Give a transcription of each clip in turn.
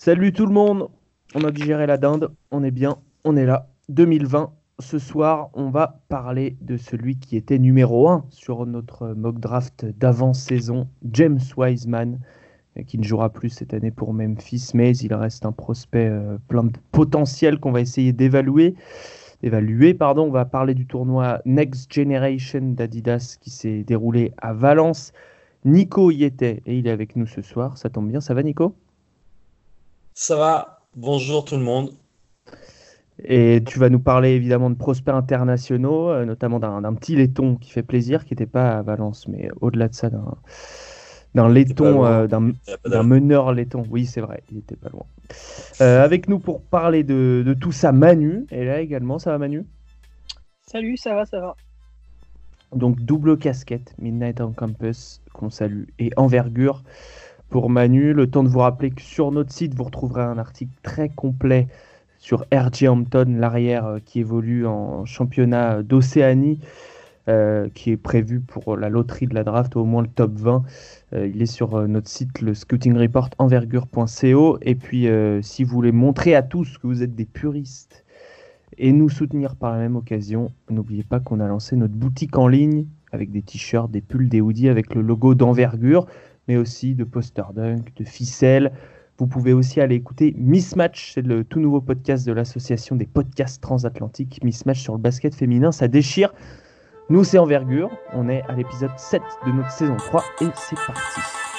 Salut tout le monde, on a digéré la dinde, on est bien, on est là. 2020, ce soir, on va parler de celui qui était numéro 1 sur notre mock draft d'avant-saison, James Wiseman, qui ne jouera plus cette année pour Memphis, mais il reste un prospect plein de potentiel qu'on va essayer d'évaluer. On va parler du tournoi Next Generation d'Adidas qui s'est déroulé à Valence. Nico y était et il est avec nous ce soir, ça tombe bien, ça va Nico? Ça va, bonjour tout le monde. Et tu vas nous parler évidemment de prospects internationaux, notamment d'un petit laiton qui fait plaisir, qui n'était pas à Valence, mais au-delà de ça, d'un T'es pas laiton, loin, il n'y a pas d'un d'avion. meneur laiton. Oui, c'est vrai, il n'était pas loin. Avec nous pour parler de tout ça, Manu. Et là également, ça va Manu? Salut, ça va, ça va. Donc double casquette, Midnight on Campus, qu'on salue, et envergure pour Manu. Le temps de vous rappeler que sur notre site, vous retrouverez un article très complet sur R.J. Hampton, l'arrière qui évolue en championnat d'Océanie, qui est prévu pour la loterie de la draft, au moins le top 20. Il est sur notre site, le scouting report envergure.co. Et puis, si vous voulez montrer à tous que vous êtes des puristes et nous soutenir par la même occasion, n'oubliez pas qu'on a lancé notre boutique en ligne avec des t-shirts, des pulls, des hoodies avec le logo d'envergure, mais aussi de poster dunk, de ficelles. Vous pouvez aussi aller écouter Mismatch, c'est le tout nouveau podcast de l'association des podcasts transatlantiques. Mismatch sur le basket féminin, ça déchire. Nous, c'est Envergure. On est à l'épisode 7 de notre saison 3 et c'est parti.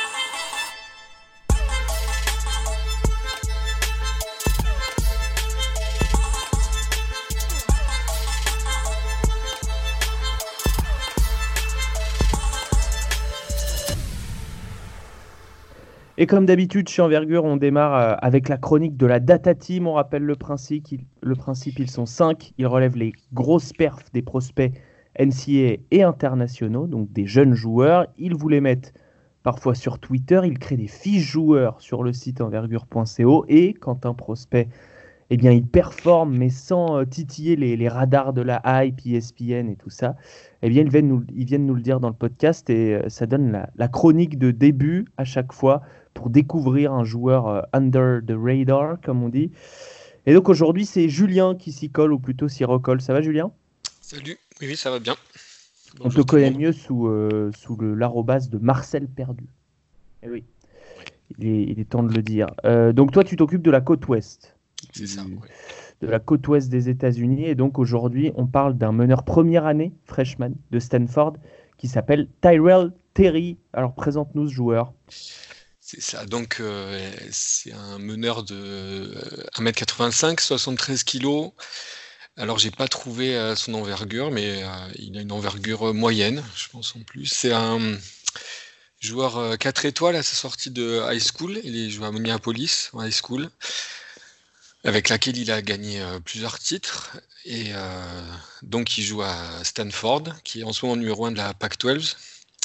Et comme d'habitude, chez Envergure, on démarre avec la chronique de la Data Team. On rappelle le principe, ils sont 5. Ils relèvent les grosses perfs des prospects NCAA et internationaux, donc des jeunes joueurs. Ils vous les mettent parfois sur Twitter. Ils créent des fiches joueurs sur le site envergure.co. Et quand un prospect, eh bien, il performe, mais sans titiller les radars de la hype, ESPN et tout ça, eh bien, ils viennent nous le dire dans le podcast et ça donne la chronique de début à chaque fois pour découvrir un joueur under the radar, comme on dit. Et donc aujourd'hui, c'est Julien qui s'y colle, ou plutôt s'y recolle. Ça va, Julien? Salut, oui, ça va bien. On te Bonjour tout le connaît monde. mieux sous l'arrobase de Marcel Perdu. Eh oui, Oui, il est temps de le dire. Donc toi, tu t'occupes de la côte ouest, c'est ça, du- oui. de la côte ouest des États-Unis. Et donc aujourd'hui, on parle d'un meneur première année, freshman, de Stanford, qui s'appelle Tyrell Terry. Alors présente-nous ce joueur. C'est ça. Donc, c'est un meneur de 1m85, 73 kg. Alors, j'ai pas trouvé son envergure, mais il a une envergure moyenne, je pense en plus. C'est un joueur 4 étoiles à sa sortie de high school. Il est joué à Minneapolis en high school, avec laquelle il a gagné plusieurs titres. Et donc, il joue à Stanford, qui est en ce moment numéro 1 de la Pac-12.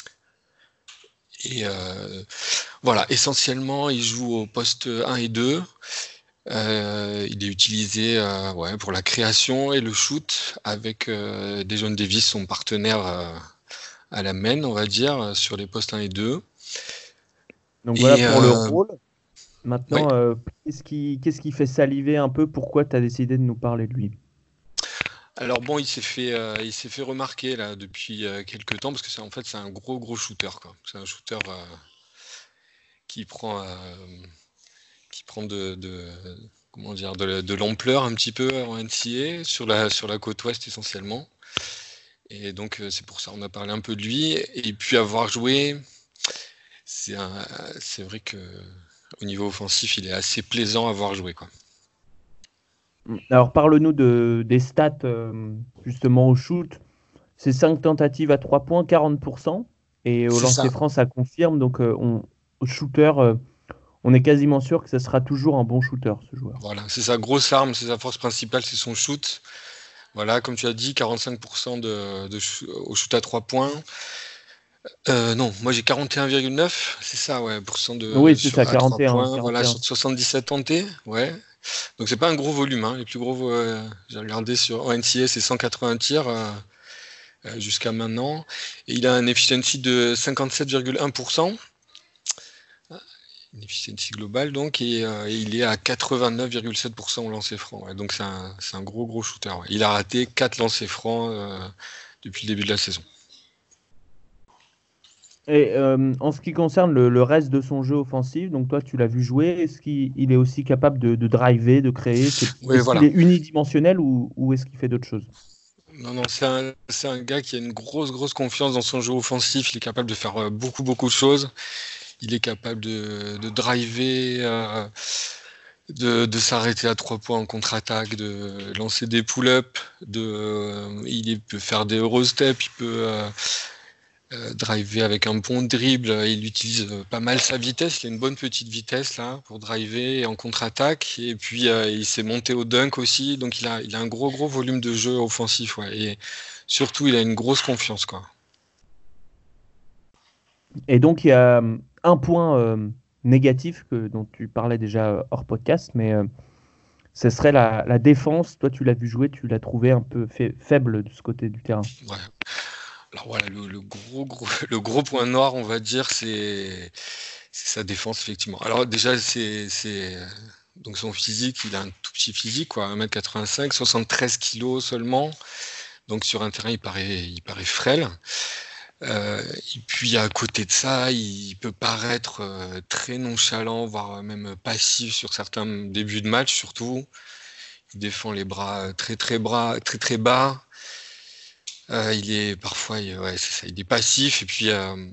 Et voilà, essentiellement, il joue au poste 1 et 2. Il est utilisé pour la création et le shoot avec Dejon Davis, son partenaire à la main, on va dire, sur les postes 1 et 2. Donc voilà Et pour le rôle. ouais. Maintenant, qu'est-ce qui fait saliver un peu? Pourquoi tu as décidé de nous parler de lui? Alors bon, il s'est fait remarquer là depuis quelques temps parce que c'est un gros shooter quoi. C'est un shooter qui prend comment dire de l'ampleur un petit peu en NCAA sur la côte ouest essentiellement. Et donc c'est pour ça on a parlé un peu de lui et puis avoir joué, c'est c'est vrai que au niveau offensif il est assez plaisant à voir jouer quoi. Alors parle-nous des stats justement au shoot. C'est 5 tentatives à 3 points, 40%. Et au C'est lancer ça. franc, ça confirme. Donc au shooter, on est quasiment sûr que ça sera toujours un bon shooter, ce joueur. Voilà, c'est sa grosse arme, c'est sa force principale, c'est son shoot. Voilà, comme tu as dit, 45% au shoot à 3 points. Non, moi j'ai 41,9, c'est ça, ouais, Oui, c'est sur ça, à 3 41, points, voilà, 41. sur 77 tentés, ouais. Donc c'est pas un gros volume, hein. Les plus gros, j'ai regardé en NCAA, c'est 180 tirs jusqu'à maintenant. Et il a un efficiency de 57,1%. une efficiency globale, donc, et il est à 89,7% au lancer franc. Ouais, donc, c'est un gros shooter. Ouais. Il a raté 4 lancers francs depuis le début de la saison. Et en ce qui concerne le reste de son jeu offensif, donc toi tu l'as vu jouer, est-ce qu'il est aussi capable de driver, de créer? Oui, Est-ce voilà. qu'il est unidimensionnel ou est-ce qu'il fait d'autres choses? Non, c'est un gars qui a une grosse confiance dans son jeu offensif. Il est capable de faire beaucoup de choses. Il est capable de driver, de s'arrêter à 3 points en contre-attaque, de lancer des pull-ups, il peut faire des Eurostep, il peut driver avec un bon dribble. Il utilise pas mal sa vitesse. Il a une bonne petite vitesse là pour driver et en contre-attaque. Et puis il s'est monté au dunk aussi. Donc il a un gros volume de jeu offensif. Ouais. Et surtout, il a une grosse confiance, quoi. Et donc il y a un point négatif dont tu parlais déjà hors podcast, mais ce serait la défense. Toi tu l'as vu jouer, tu l'as trouvé un peu faible de ce côté du terrain. Ouais. Alors voilà, le gros point noir, on va dire, c'est sa défense, effectivement. Alors déjà, donc son physique, il a un tout petit physique, quoi, 1m85, 73 kilos seulement. Donc sur un terrain, il paraît frêle. Et puis à côté de ça, il peut paraître très nonchalant, voire même passif sur certains débuts de match, surtout. Il défend les bras très bas. Il est parfois, ouais, c'est ça, il est passif. Et puis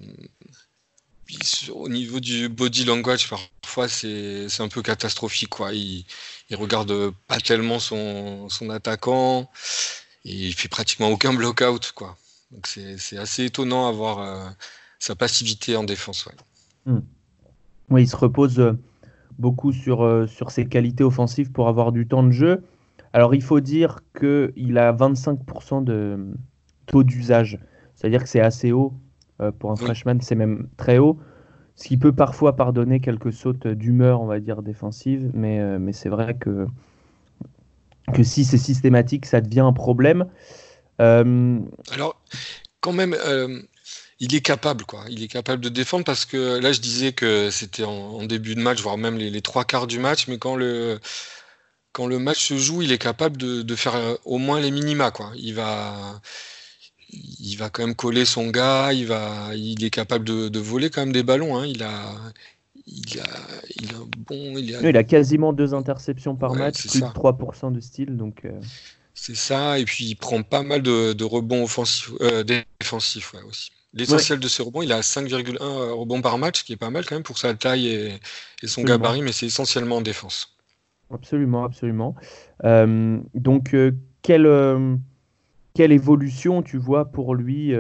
au niveau du body language, parfois c'est un peu catastrophique, quoi. Il regarde pas tellement son attaquant et il fait pratiquement aucun block-out, quoi. Donc c'est assez étonnant à voir sa passivité en défense. Ouais. Oui, il se repose beaucoup sur ses qualités offensives pour avoir du temps de jeu. Alors il faut dire qu'il a 25% de taux d'usage, c'est-à-dire que c'est assez haut pour un Oui. freshman, c'est même très haut. Ce qui peut parfois pardonner quelques sautes d'humeur, on va dire, défensives, mais c'est vrai que si c'est systématique, ça devient un problème. Alors, quand même, il est capable, quoi. Il est capable de défendre parce que là, je disais que c'était en début de match, voire même les 3 quarts du match, mais quand le match se joue, il est capable de faire au moins les minima, quoi. Il va quand même coller son gars, il est capable de voler quand même des ballons, hein. Il a un bon, Il a quasiment 2 interceptions par ouais, match, c'est plus de ça. 3% de steal, donc C'est ça, et puis il prend pas mal de rebonds défensifs, ouais, aussi. ouais, L'essentiel de ses rebonds, il a 5,1 rebonds par match, ce qui est pas mal quand même pour sa taille et son absolument. gabarit, mais c'est essentiellement en défense. Absolument. Donc, quelle évolution tu vois pour lui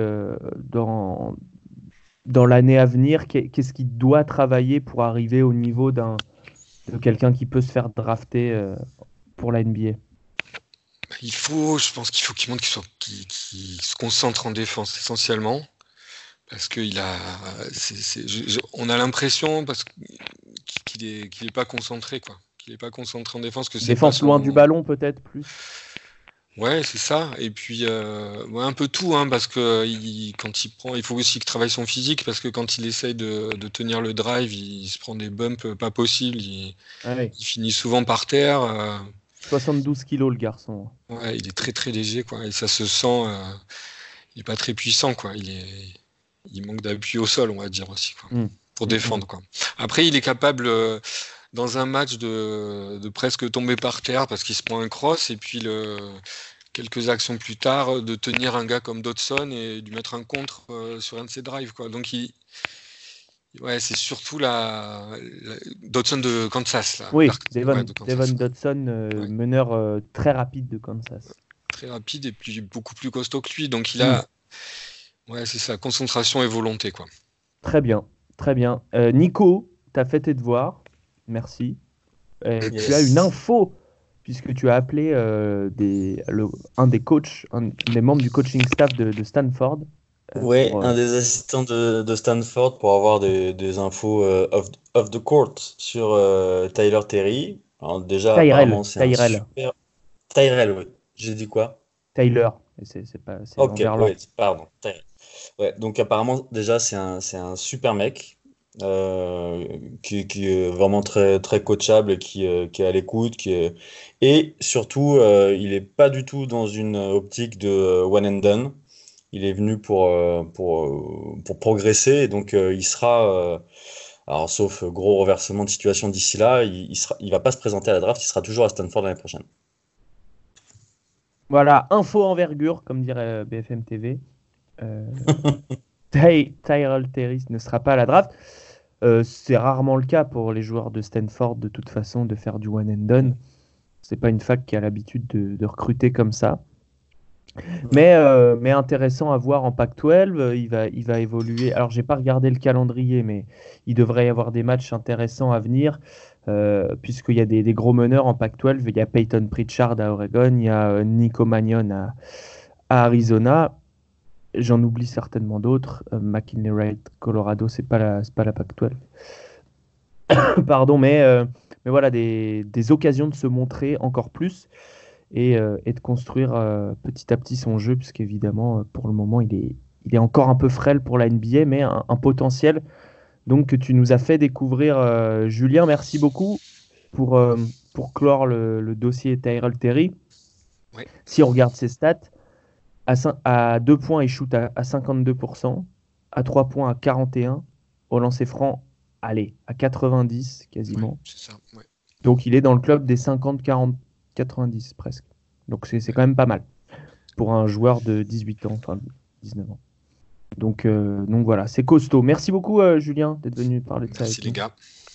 dans l'année à venir? Qu'est-ce qu'il doit travailler pour arriver au niveau de quelqu'un qui peut se faire drafter pour la NBA? Je pense qu'il faut qu'il montre qu'il se concentre en défense essentiellement, parce on a l'impression qu'il est pas concentré, quoi. Qu'il est pas concentré en défense, que c'est pas Défense loin du ballon, peut-être plus? Ouais, c'est ça. Et puis ouais, un peu tout, hein, parce que quand il prend, il faut aussi qu'il travaille son physique, parce que quand il essaye de tenir le drive, il se prend des bumps pas possibles. Ah oui. Il finit souvent par terre. 72 kilos, le garçon. Ouais, il est très léger, quoi. Et ça se sent. Il est pas très puissant, quoi. Il manque d'appui au sol, on va dire aussi, quoi, pour défendre, quoi. Après, il est capable dans un match de presque tomber par terre parce qu'il se prend un cross, et puis quelques actions plus tard, de tenir un gars comme Dodson et lui mettre un contre sur un de ses drives, quoi. Donc ouais, c'est surtout Dodson de Kansas, là. Oui, Ouais, de Devon Kansas. Dodson, meneur très rapide de Kansas. Très rapide et puis beaucoup plus costaud que lui. Donc il a, ouais, c'est ça, concentration et volonté, quoi. Très bien. Nico, tu as fait tes devoirs. Merci. Yes. Tu as une info, puisque tu as appelé un des coachs, un des membres du coaching staff de Stanford. Ouais, un des assistants de Stanford pour avoir des infos off the court sur Tyler Terry. Alors déjà, apparemment, c'est un super... Tyrell, oui. J'ai dit quoi? Tyler. C'est Ok, envers ouais, pardon. Tyrell. Ouais, donc apparemment, déjà, c'est un super mec. qui est vraiment très, très coachable et qui est à l'écoute. Et surtout, il n'est pas du tout dans une optique de one and done. Il est venu pour progresser et donc il sera, alors sauf gros reversement de situation d'ici là, il va pas se présenter à la draft, il sera toujours à Stanford l'année prochaine. Voilà, info envergure, comme dirait BFM TV. Tyrell Terry ne sera pas à la draft. C'est rarement le cas pour les joueurs de Stanford, de toute façon, de faire du one and done. C'est pas une fac qui a l'habitude de recruter comme ça. Mais intéressant à voir en Pac-12. Il va évoluer. Alors, j'ai pas regardé le calendrier, mais il devrait y avoir des matchs intéressants à venir, puisqu'il y a des gros meneurs en Pac-12. Il y a Peyton Pritchard à Oregon, il y a Nico Mannion à Arizona. J'en oublie certainement d'autres. McKinley Wright, Colorado, c'est pas la Pac-12. Pardon, mais voilà, des occasions de se montrer encore plus et de construire petit à petit son jeu, puisqu'évidemment, pour le moment, il est encore un peu frêle pour la NBA, mais un potentiel donc, que tu nous as fait découvrir, Julien. Merci beaucoup pour clore le dossier Tyrell Terry. Oui. Si on regarde ses stats, à 2 points, il shoot à 52%, à 3 points à 41%, au lancer franc, allez, à 90 quasiment. Ouais, c'est ça, ouais. Donc il est dans le club des 50, 40, 90 presque. Donc c'est quand même pas mal pour un joueur de 18 ans, enfin 19 ans. Donc voilà, c'est costaud. Merci beaucoup Julien d'être venu parler de ça. Merci les gars.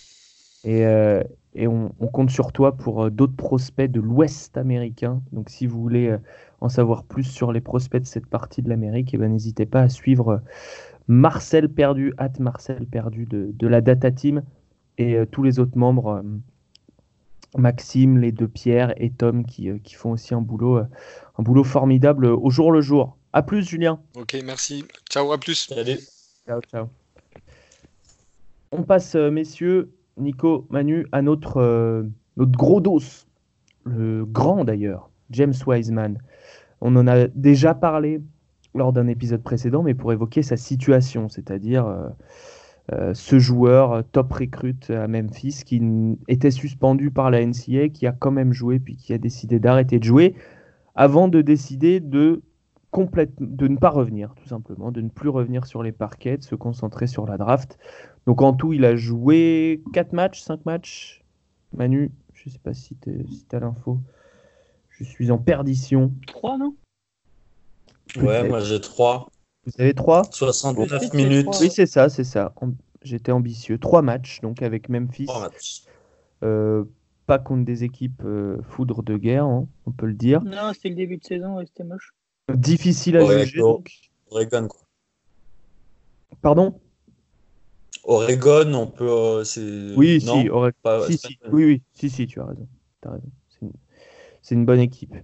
Et on compte sur toi pour d'autres prospects de l'Ouest américain. Donc si vous voulez en savoir plus sur les prospects de cette partie de l'Amérique, eh ben, n'hésitez pas à suivre Marcel Perdu de la Data Team et tous les autres membres, Maxime, les deux Pierre et Tom qui font aussi un boulot formidable au jour le jour. À plus Julien. Ok, merci. Ciao, à plus. Salut. Ciao. On passe, messieurs, Nico, Manu, à notre gros dos, le grand d'ailleurs, James Wiseman. On en a déjà parlé lors d'un épisode précédent, mais pour évoquer sa situation, c'est-à-dire ce joueur top recrute à Memphis qui était suspendu par la NCAA, qui a quand même joué, puis qui a décidé d'arrêter de jouer, avant de décider de ne pas revenir, tout simplement, de ne plus revenir sur les parquets, de se concentrer sur la draft. Donc en tout, il a joué 5 matchs. Manu, je ne sais pas si tu as l'info. Je suis en perdition. 3, non? Ouais, moi j'ai 3. Vous avez 3 69 minutes. Oui, c'est ça. J'étais ambitieux. 3 matchs, donc avec Memphis. 3 matchs. Pas contre des équipes foudre de guerre, hein, on peut le dire. Non, c'était le début de saison, ouais, c'était moche. Difficile à juger. Oregon, quoi. Pardon? Oregon, on peut. Oui, non, si, Oregon. pas, Si. Oui, si, tu as raison. T'as raison. C'est une bonne équipe.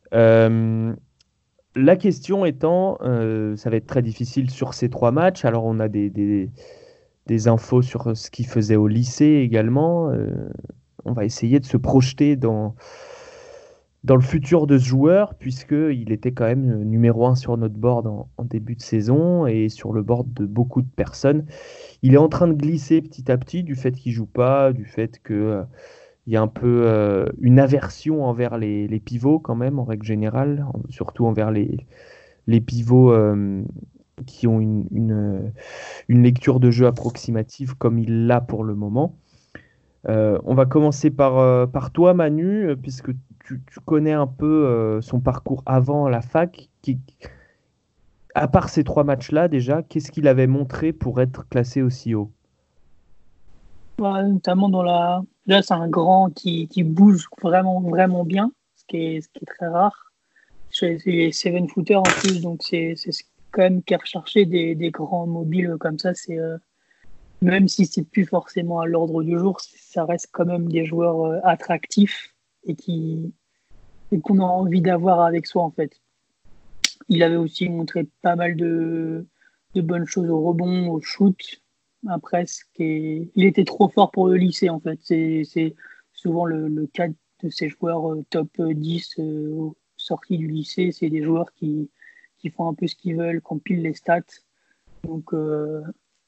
La question étant, ça va être très difficile sur ces 3 matchs. Alors, on a des infos sur ce qu'il faisait au lycée également. On va essayer de se projeter dans le futur de ce joueur, puisqu'il était quand même numéro 1 sur notre board en début de saison et sur le board de beaucoup de personnes. Il est en train de glisser petit à petit du fait qu'il ne joue pas, du fait qu'il y a un peu une aversion envers les pivots quand même, en règle générale, surtout envers les pivots qui ont une lecture de jeu approximative comme il l'a pour le moment. On va commencer par toi, Manu, puisque tu connais un peu son parcours avant la fac. À part ces 3 matchs-là, déjà, qu'est-ce qu'il avait montré pour être classé aussi haut? Ouais, notamment là, c'est un grand qui bouge vraiment, vraiment bien, ce qui est très rare. C'est 7-footer en plus, donc c'est quand même qu'à rechercher des grands mobiles comme ça. Même si c'est plus forcément à l'ordre du jour, ça reste quand même des joueurs attractifs et qu'on a envie d'avoir avec soi en fait. Il avait aussi montré pas mal de bonnes choses au rebond, au shoot. Après, il était trop fort pour le lycée en fait. C'est souvent le cas de ces joueurs top 10 sortis du lycée. C'est des joueurs qui font un peu ce qu'ils veulent, qui empilent les stats. Donc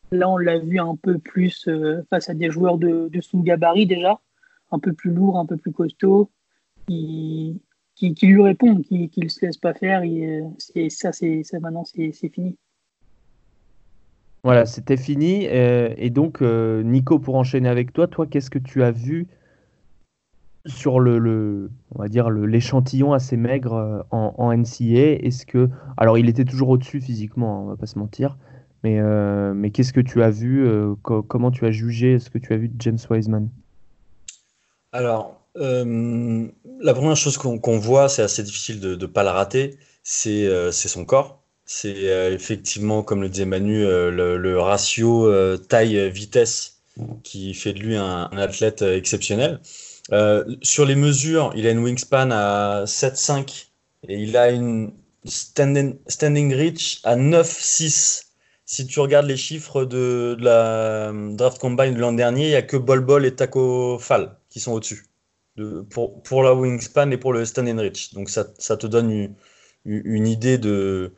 Là, on l'a vu un peu plus face à des joueurs de son gabarit déjà, un peu plus lourd, un peu plus costaud, qui lui répondent, qui ne se laissent pas faire. Maintenant, c'est fini. Voilà, c'était fini. Et donc, Nico, pour enchaîner avec toi, qu'est-ce que tu as vu sur on va dire l'échantillon assez maigre en NCAA? Alors il était toujours au-dessus physiquement, hein, on va pas se mentir, mais qu'est-ce que tu as vu, comment tu as jugé ce que tu as vu de James Wiseman? Alors, la première chose qu'on voit, c'est assez difficile de ne pas la rater, c'est son corps. C'est effectivement, comme le disait Manu, le ratio taille-vitesse qui fait de lui un athlète exceptionnel. Sur les mesures, il a une wingspan à 7,5 et il a une standing reach à 9,6. Si tu regardes les chiffres de la draft combine de l'an dernier, il n'y a que Bol Bol et Taco Fall qui sont au-dessus pour la wingspan et pour le standing reach. Donc ça te donne une idée du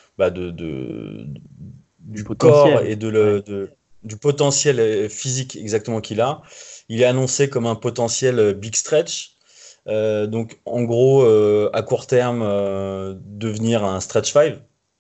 corps et du potentiel physique exactement qu'il a. Il est annoncé comme un potentiel big stretch. Donc en gros, à court terme, devenir un stretch 5.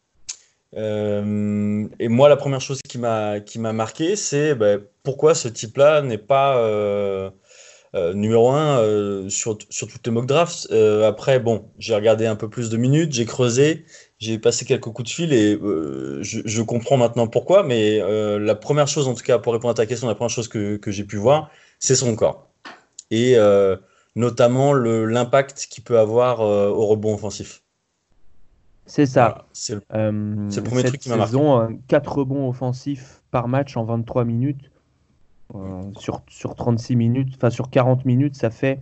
Et moi, la première chose qui m'a marqué, c'est pourquoi ce type-là n'est pas numéro 1 sur toutes les mock drafts. Après, bon, j'ai regardé un peu plus de minutes, j'ai creusé, j'ai passé quelques coups de fil et je comprends maintenant pourquoi. Mais la première chose, en tout cas, pour répondre à ta question, la première chose que j'ai pu voir, c'est son corps. Et notamment l'impact qu'il peut avoir au rebond offensif. C'est ça. Voilà, c'est le premier truc qui m'a marqué. Cette saison, 4 rebonds offensifs par match en 23 minutes. Sur 36 minutes, enfin sur 40 minutes, ça fait.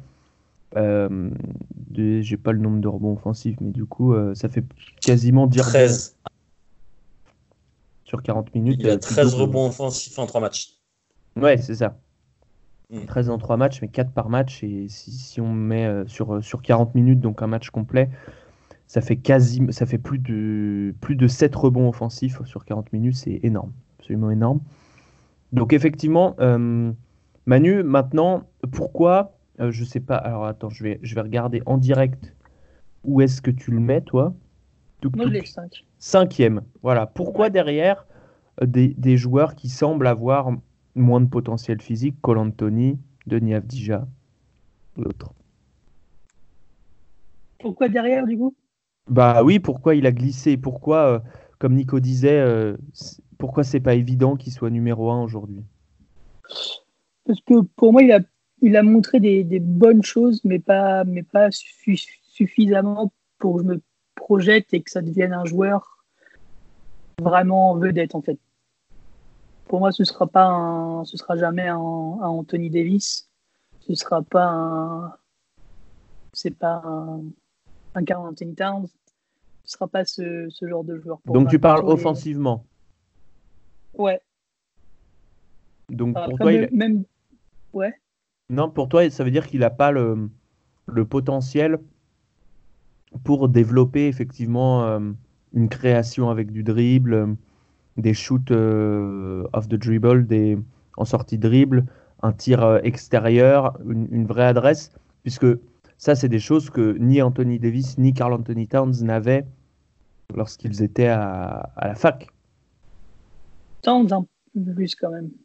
J'ai pas le nombre de rebonds offensifs, mais du coup, ça fait quasiment 10 13. Rebonds sur 40 minutes. Il a 13 rebonds offensifs en 3 matchs. Ouais, c'est ça. 13 en 3 matchs, mais 4 par match. Et si on met sur 40 minutes, donc un match complet, ça fait plus de 7 rebonds offensifs sur 40 minutes. C'est énorme, absolument énorme. Donc effectivement, Manu, maintenant, pourquoi je sais pas. Alors attends, je vais regarder en direct où est-ce que tu le mets, toi. Moi, je l'ai 5. 5e. Voilà. Pourquoi derrière des joueurs qui semblent avoir moins de potentiel physique, Cole Anthony, Denis Avdija, l'autre. Pourquoi derrière, du coup? Bah oui, pourquoi il a glissé? Pourquoi, comme Nico disait, pourquoi c'est pas évident qu'il soit numéro 1 aujourd'hui? Parce que pour moi, il a montré des bonnes choses, mais pas suffisamment pour que je me projette et que ça devienne un joueur vraiment vedette, en fait. Pour moi, ce sera jamais un Anthony Davis. Ce sera pas un Karl Anthony Towns. Ce sera pas ce genre de joueur. Donc tu parles offensivement. Ouais. Donc après, pour toi, ouais. Non, pour toi, ça veut dire qu'il n'a pas le potentiel pour développer effectivement une création avec du dribble, des shoots off the dribble, en sortie de dribble, un tir extérieur, une vraie adresse, puisque ça, c'est des choses que ni Anthony Davis ni Karl Anthony Towns n'avaient lorsqu'ils étaient à la fac. Towns un peu plus quand même.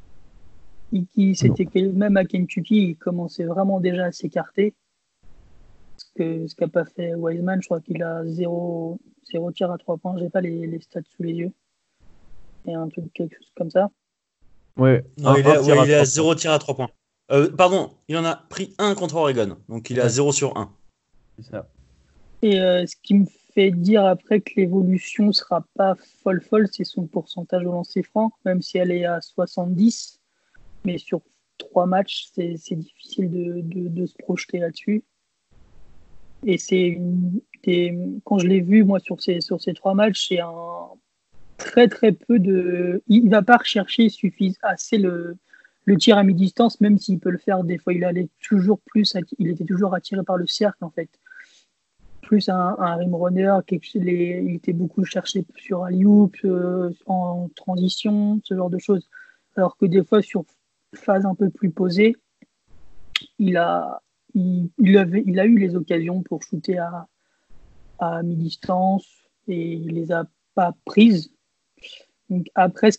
Même à Kentucky, il commençait vraiment déjà à s'écarter. Ce qu'a pas fait Wiseman, je crois qu'il a 0 tir à 3 points. J'ai pas les stats sous les yeux. Et quelque chose comme ça. Ouais. Non, il est à 0 tir à 3 points. Pardon, il en a pris 1 contre Oregon. Donc il est à 0 sur 1. C'est ça. Et ce qui me fait dire après que l'évolution sera pas folle, c'est son pourcentage au lancer franc, même si elle est à 70. Mais sur 3 matchs, c'est difficile de se projeter là-dessus. Et quand je l'ai vu, moi, sur ces 3 matchs, c'est un très, très peu de... Il ne va pas rechercher assez le tir à mi-distance, même s'il peut le faire des fois. Il était toujours attiré par le cercle, en fait. plus un rim runner. Il était beaucoup cherché sur alley-oop, en transition, ce genre de choses. Alors que des fois, sur phase un peu plus posée, il a eu les occasions pour shooter à mi-distance et il les a pas prises. Donc après,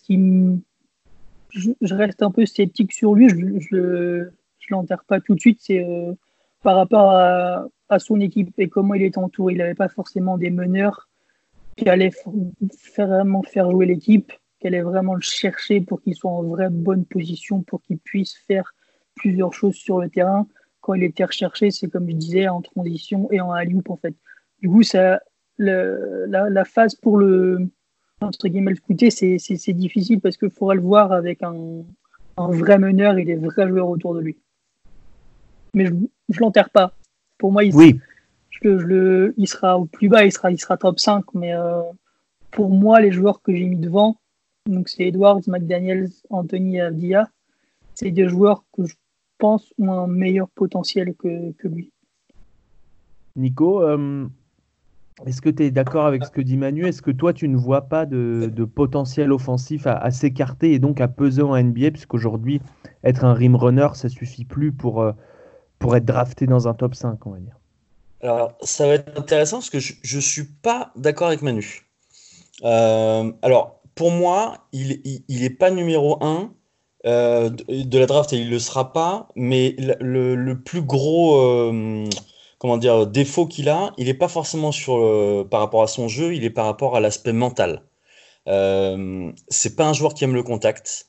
je reste un peu sceptique sur lui. Je l'enterre pas tout de suite. C'est par rapport à son équipe et comment il est entouré. Il n'avait pas forcément des meneurs qui allaient vraiment faire jouer l'équipe, qui allaient vraiment le chercher pour qu'il soit en vraie bonne position, pour qu'il puisse faire plusieurs choses sur le terrain. Quand il était recherché, c'est comme je disais, en transition et en alley-oop en fait. Du coup, la phase pour le entre guillemets le scouter, c'est difficile parce qu'il faudra le voir avec un vrai meneur et des vrais joueurs autour de lui. Mais je l'enterre pas. Pour moi, il sera au plus bas, il sera top 5. Mais pour moi, les joueurs que j'ai mis devant, donc c'est Edwards, McDaniels, Anthony Avdia, c'est des joueurs que je pense ont un meilleur potentiel que lui. Nico, est-ce que tu es d'accord avec ce que dit Manu? Est-ce que toi, tu ne vois pas de potentiel offensif à s'écarter et donc à peser en NBA? Puisqu'aujourd'hui, être un rim runner, ça suffit plus pour être drafté dans un top 5, on va dire. Alors, ça va être intéressant parce que je ne suis pas d'accord avec Manu. Alors, pour moi, il n'est pas numéro 1 de la draft et il ne le sera pas, mais le plus gros défaut qu'il a, il n'est pas forcément par rapport à son jeu, il est par rapport à l'aspect mental. C'est pas un joueur qui aime le contact.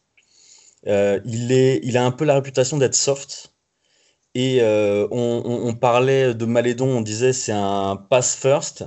Il a un peu la réputation d'être soft. Et on parlait de Malédon, on disait c'est un pass first.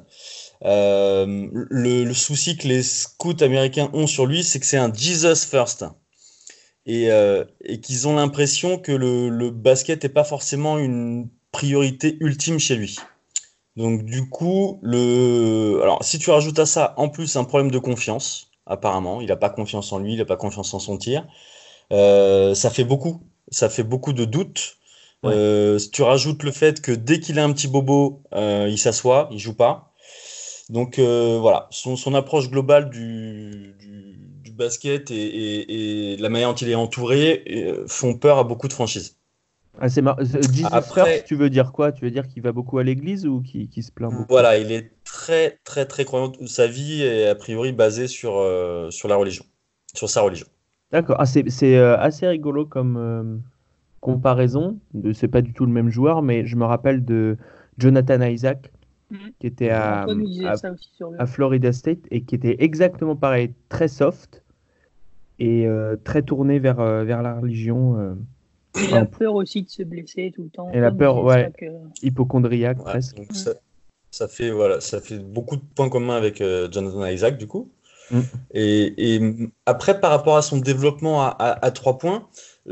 Le souci que les scouts américains ont sur lui, c'est que c'est un Jesus first. Et qu'ils ont l'impression que le basket n'est pas forcément une priorité ultime chez lui. Donc du coup, alors si tu rajoutes à ça en plus un problème de confiance, apparemment, il n'a pas confiance en lui, il n'a pas confiance en son tir, ça fait beaucoup de doutes. Ouais. Si tu rajoutes le fait que dès qu'il a un petit bobo, il s'assoit, il joue pas. Donc voilà, son approche globale du basket et la manière dont il est entouré font peur à beaucoup de franchises. Ah, c'est Jesus first, tu veux dire quoi? Tu veux dire qu'il va beaucoup à l'église ou qu'il se plaint beaucoup? Voilà, il est très très très croyant. Sa vie est a priori basée sur la religion, sur sa religion. D'accord. Ah, c'est assez rigolo comme comparaison. C'est pas du tout le même joueur, mais je me rappelle de Jonathan Isaac qui était à Florida State et qui était exactement pareil, très soft et très tourné vers la religion. Il a peur aussi de se blesser tout le temps. Et la peur, ouais, hypochondriaque presque. Donc ça fait beaucoup de points communs avec Jonathan Isaac du coup. Et après, par rapport à son développement à 3 points,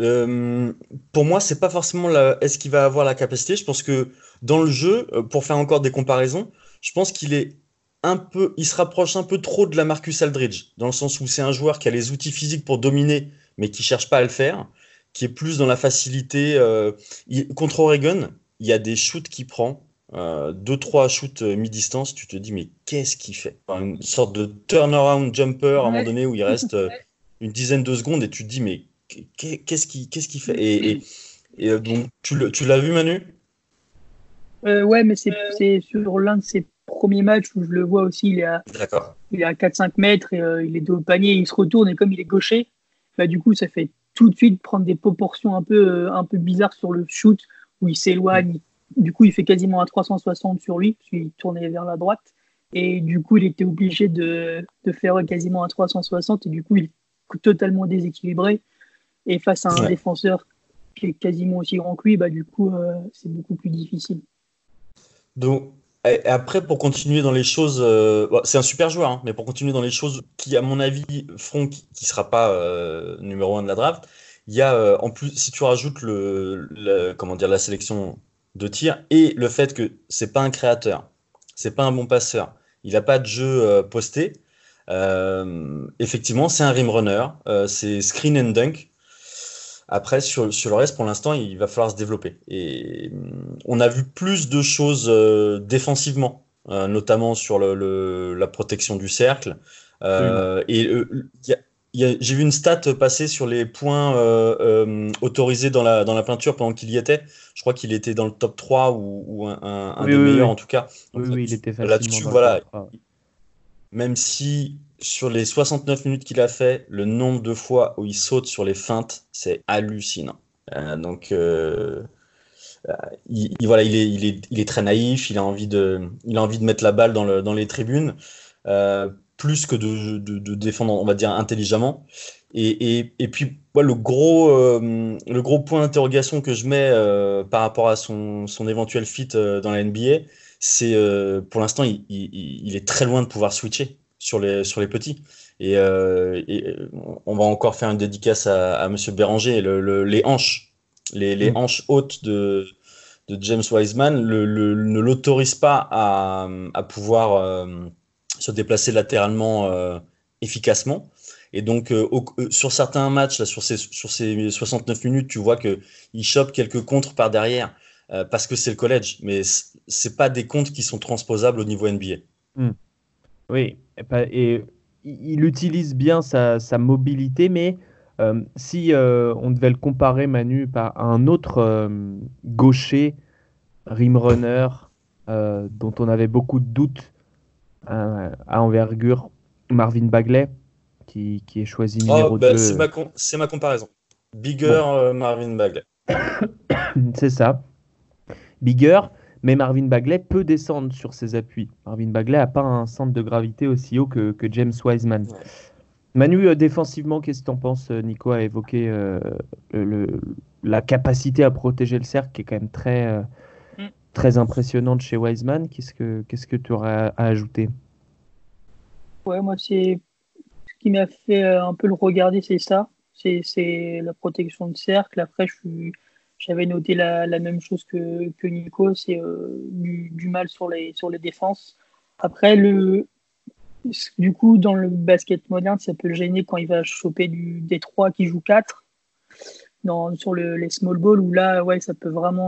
pour moi, c'est pas forcément est-ce qu'il va avoir la capacité. Je pense que dans le jeu, pour faire encore des comparaisons, je pense qu'il se rapproche un peu trop de la Marcus Aldridge, dans le sens où c'est un joueur qui a les outils physiques pour dominer, mais qui cherche pas à le faire, qui est plus dans la facilité. Contre Oregon, il y a des shoots qu'il prend. 2-3 shoots mi-distance, tu te dis mais qu'est-ce qu'il fait? Une sorte de turnaround jumper à un moment donné où il reste une dizaine de secondes et tu te dis mais qu'est-ce qu'il fait? Et donc tu l'as vu Manu? Ouais, mais c'est sur l'un de ses premiers matchs où je le vois aussi, il est à 4-5 mètres et il est dos au panier, il se retourne et comme il est gaucher, bah, du coup ça fait tout de suite prendre des proportions un peu bizarres sur le shoot où il s'éloigne. Du coup, il fait quasiment un 360 sur lui, parce qu'il tournait vers la droite. Et du coup, il était obligé de faire quasiment un 360. Et du coup, il est totalement déséquilibré. Et face à un défenseur qui est quasiment aussi grand que lui, bah, du coup, c'est beaucoup plus difficile. Donc, après, pour continuer dans les choses, c'est un super joueur, hein, mais pour continuer dans les choses qui, à mon avis, feront qui ne sera pas numéro 1 de la draft, il y a, en plus, si tu rajoutes la sélection de tir et le fait que c'est pas un créateur, c'est pas un bon passeur, il a pas de jeu posté. Effectivement, c'est un rim runner, c'est screen and dunk. Après, sur le reste, pour l'instant, il va falloir se développer. Et on a vu plus de choses défensivement notamment sur la protection du cercle. J'ai vu une stat passer sur les points autorisés dans la peinture pendant qu'il y était. Je crois qu'il était dans le top 3 ou un des meilleurs en tout cas. Donc, il était facilement là-dessus, dans voilà, le top 3. Même si sur les 69 minutes qu'il a fait, le nombre de fois où il saute sur les feintes, c'est hallucinant. Voilà, il est très naïf, il a envie de mettre la balle dans les tribunes, plus que de défendre, on va dire, intelligemment. Et puis, le gros point d'interrogation que je mets par rapport à son éventuel fit dans la NBA, c'est pour l'instant, il est très loin de pouvoir switcher sur les petits. Et on va encore faire une dédicace à Monsieur Béranger, les hanches. Les hanches hautes de James Wiseman ne l'autorisent pas à pouvoir se déplacer latéralement efficacement. Et donc, sur certains matchs, là, sur ces 69 minutes, tu vois qu'il chope quelques contres par derrière parce que c'est le college. Mais c'est pas des contres qui sont transposables au niveau NBA. Oui, et il utilise bien sa mobilité, mais si on devait le comparer, Manu, à un autre gaucher, rim runner, dont on avait beaucoup de doutes à envergure, Marvin Bagley, qui est choisi numéro 2. C'est ma comparaison. Bigger, Marvin Bagley. C'est ça. Bigger, mais Marvin Bagley peut descendre sur ses appuis. Marvin Bagley n'a pas un centre de gravité aussi haut que James Wiseman. Ouais. Manu, défensivement, qu'est-ce que tu en penses? Nico a évoqué la capacité à protéger le cercle qui est quand même très impressionnante chez Wiseman. Qu'est-ce que tu aurais à ajouter? Ouais, moi, c'est ce qui m'a fait un peu le regarder, c'est ça. C'est la protection de cercle. Après, j'avais noté la même chose que Nico, c'est du mal sur les défenses. Après, du coup, dans le basket moderne, ça peut le gêner quand il va choper des 3 qui jouent 4 sur les small ball, où là, ouais, ça peut vraiment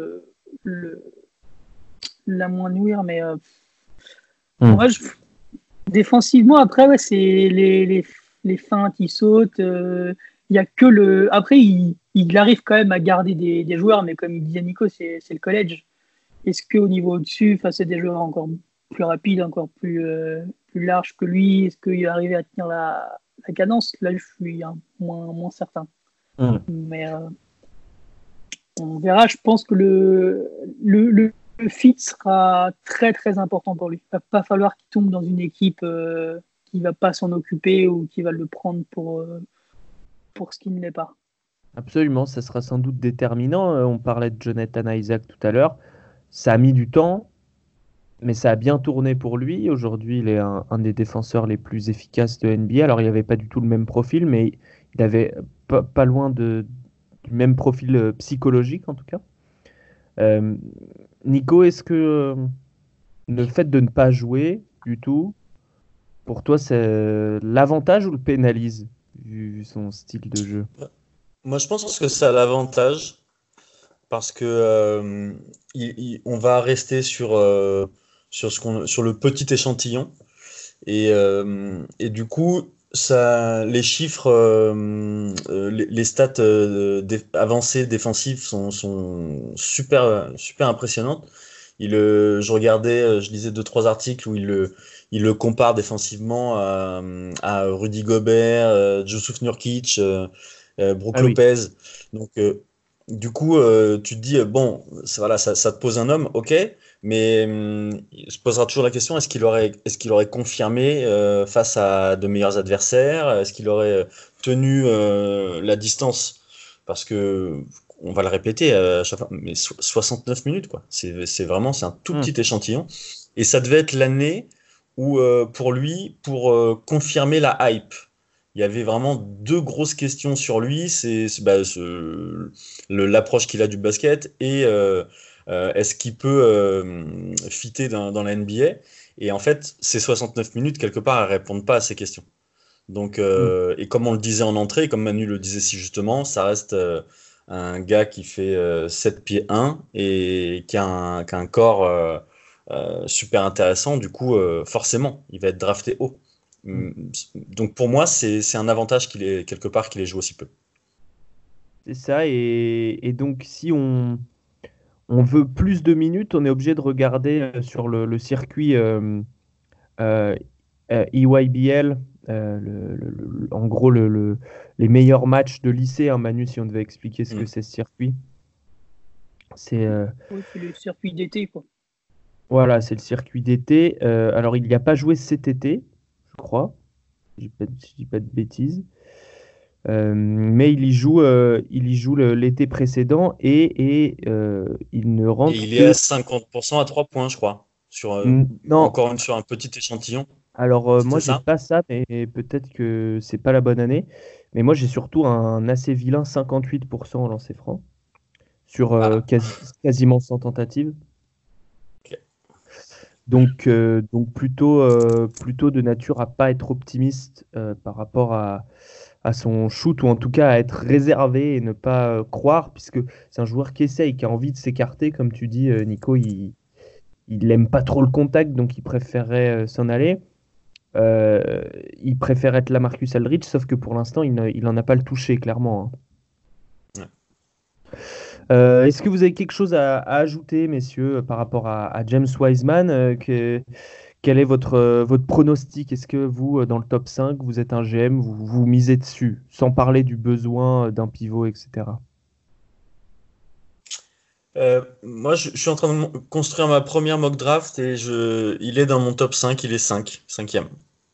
l'amoindrir. Mais moi, défensivement, après, ouais, c'est les feintes, il saute. Il y a que Après, il arrive quand même à garder des joueurs, mais comme il disait Nico, c'est le college. Est-ce qu'au niveau au-dessus, face à des joueurs encore plus rapides, encore plus larges que lui, est-ce qu'il arrive à tenir la cadence? Là, je suis moins certain. Mais on verra. Je pense que le fit sera très très important pour lui. Il ne va pas falloir qu'il tombe dans une équipe qui ne va pas s'en occuper ou qui va le prendre pour ce qu'il n'est pas. Absolument, ça sera sans doute déterminant. On parlait de Jonathan Isaac tout à l'heure. Ça a mis du temps, mais ça a bien tourné pour lui. Aujourd'hui, il est un des défenseurs les plus efficaces de NBA. Alors, il n'y avait pas du tout le même profil, mais il avait pas loin du même profil psychologique, en tout cas. Nico, est-ce que le fait de ne pas jouer du tout, pour toi, c'est l'avantage ou le pénalise, vu son style de jeu? Moi, je pense que ça a l'avantage parce que on va rester sur le petit échantillon et du coup, les chiffres, les stats avancées défensives sont super impressionnantes. Je regardais, je lisais 2-3 articles où il le compare défensivement à Rudy Gobert, Jusuf Nurkic, Brook Lopez. Donc, du coup, tu te dis, bon, ça te pose un homme, ok, mais se posera toujours la question, est-ce qu'il aurait confirmé face à de meilleurs adversaires? Est-ce qu'il aurait tenu la distance? Parce que, on va le répéter à chaque fois, mais 69 minutes, quoi. C'est un tout petit échantillon. Et ça devait être l'année où, pour lui, pour confirmer la hype, il y avait vraiment 2 grosses questions sur lui. C'est l'approche qu'il a du basket et est-ce qu'il peut fitter dans la NBA. Et en fait, ces 69 minutes, quelque part, elles répondent pas à ces questions. Donc, et comme on le disait en entrée, comme Manu le disait si justement, ça reste un gars qui fait 7 pieds 1 et qui a un corps super intéressant. Du coup, forcément, il va être drafté haut. Donc pour moi, c'est un avantage qu'il ait joué aussi peu. C'est ça, et donc si on veut plus de minutes, on est obligé de regarder sur le circuit EYBL, en gros les meilleurs matchs de lycée. Hein, Manu, si on devait expliquer ce que c'est ce circuit. C'est le circuit d'été, quoi. Voilà, c'est le circuit d'été. Alors, il n'y a pas joué cet été, je crois. Si je dis pas de bêtises. Mais il y joue l'été précédent et il ne rentre et il est à 50% à 3 points, je crois. Non. Encore sur un petit échantillon. Alors, moi, j'ai pas ça, mais peut-être que c'est pas la bonne année. Mais moi, j'ai surtout un assez vilain 58% au lancer franc sur quasiment 100 tentatives. Okay. Donc plutôt de nature à pas être optimiste par rapport à son shoot, ou en tout cas à être réservé et ne pas croire, puisque c'est un joueur qui essaye, qui a envie de s'écarter, comme tu dis, Nico. Il n'aime pas trop le contact, donc il préférerait s'en aller. Il préfère être la Marcus Aldridge, sauf que pour l'instant, il n'en a pas le toucher, clairement. Hein. Ouais. Est-ce que vous avez quelque chose à ajouter, messieurs, par rapport à James Wiseman quel est votre pronostic? Est-ce que vous, dans le top 5, vous êtes un GM, vous misez dessus, sans parler du besoin d'un pivot, etc. Moi, je suis en train de construire ma première mock draft et il est dans mon top 5, il est 5e.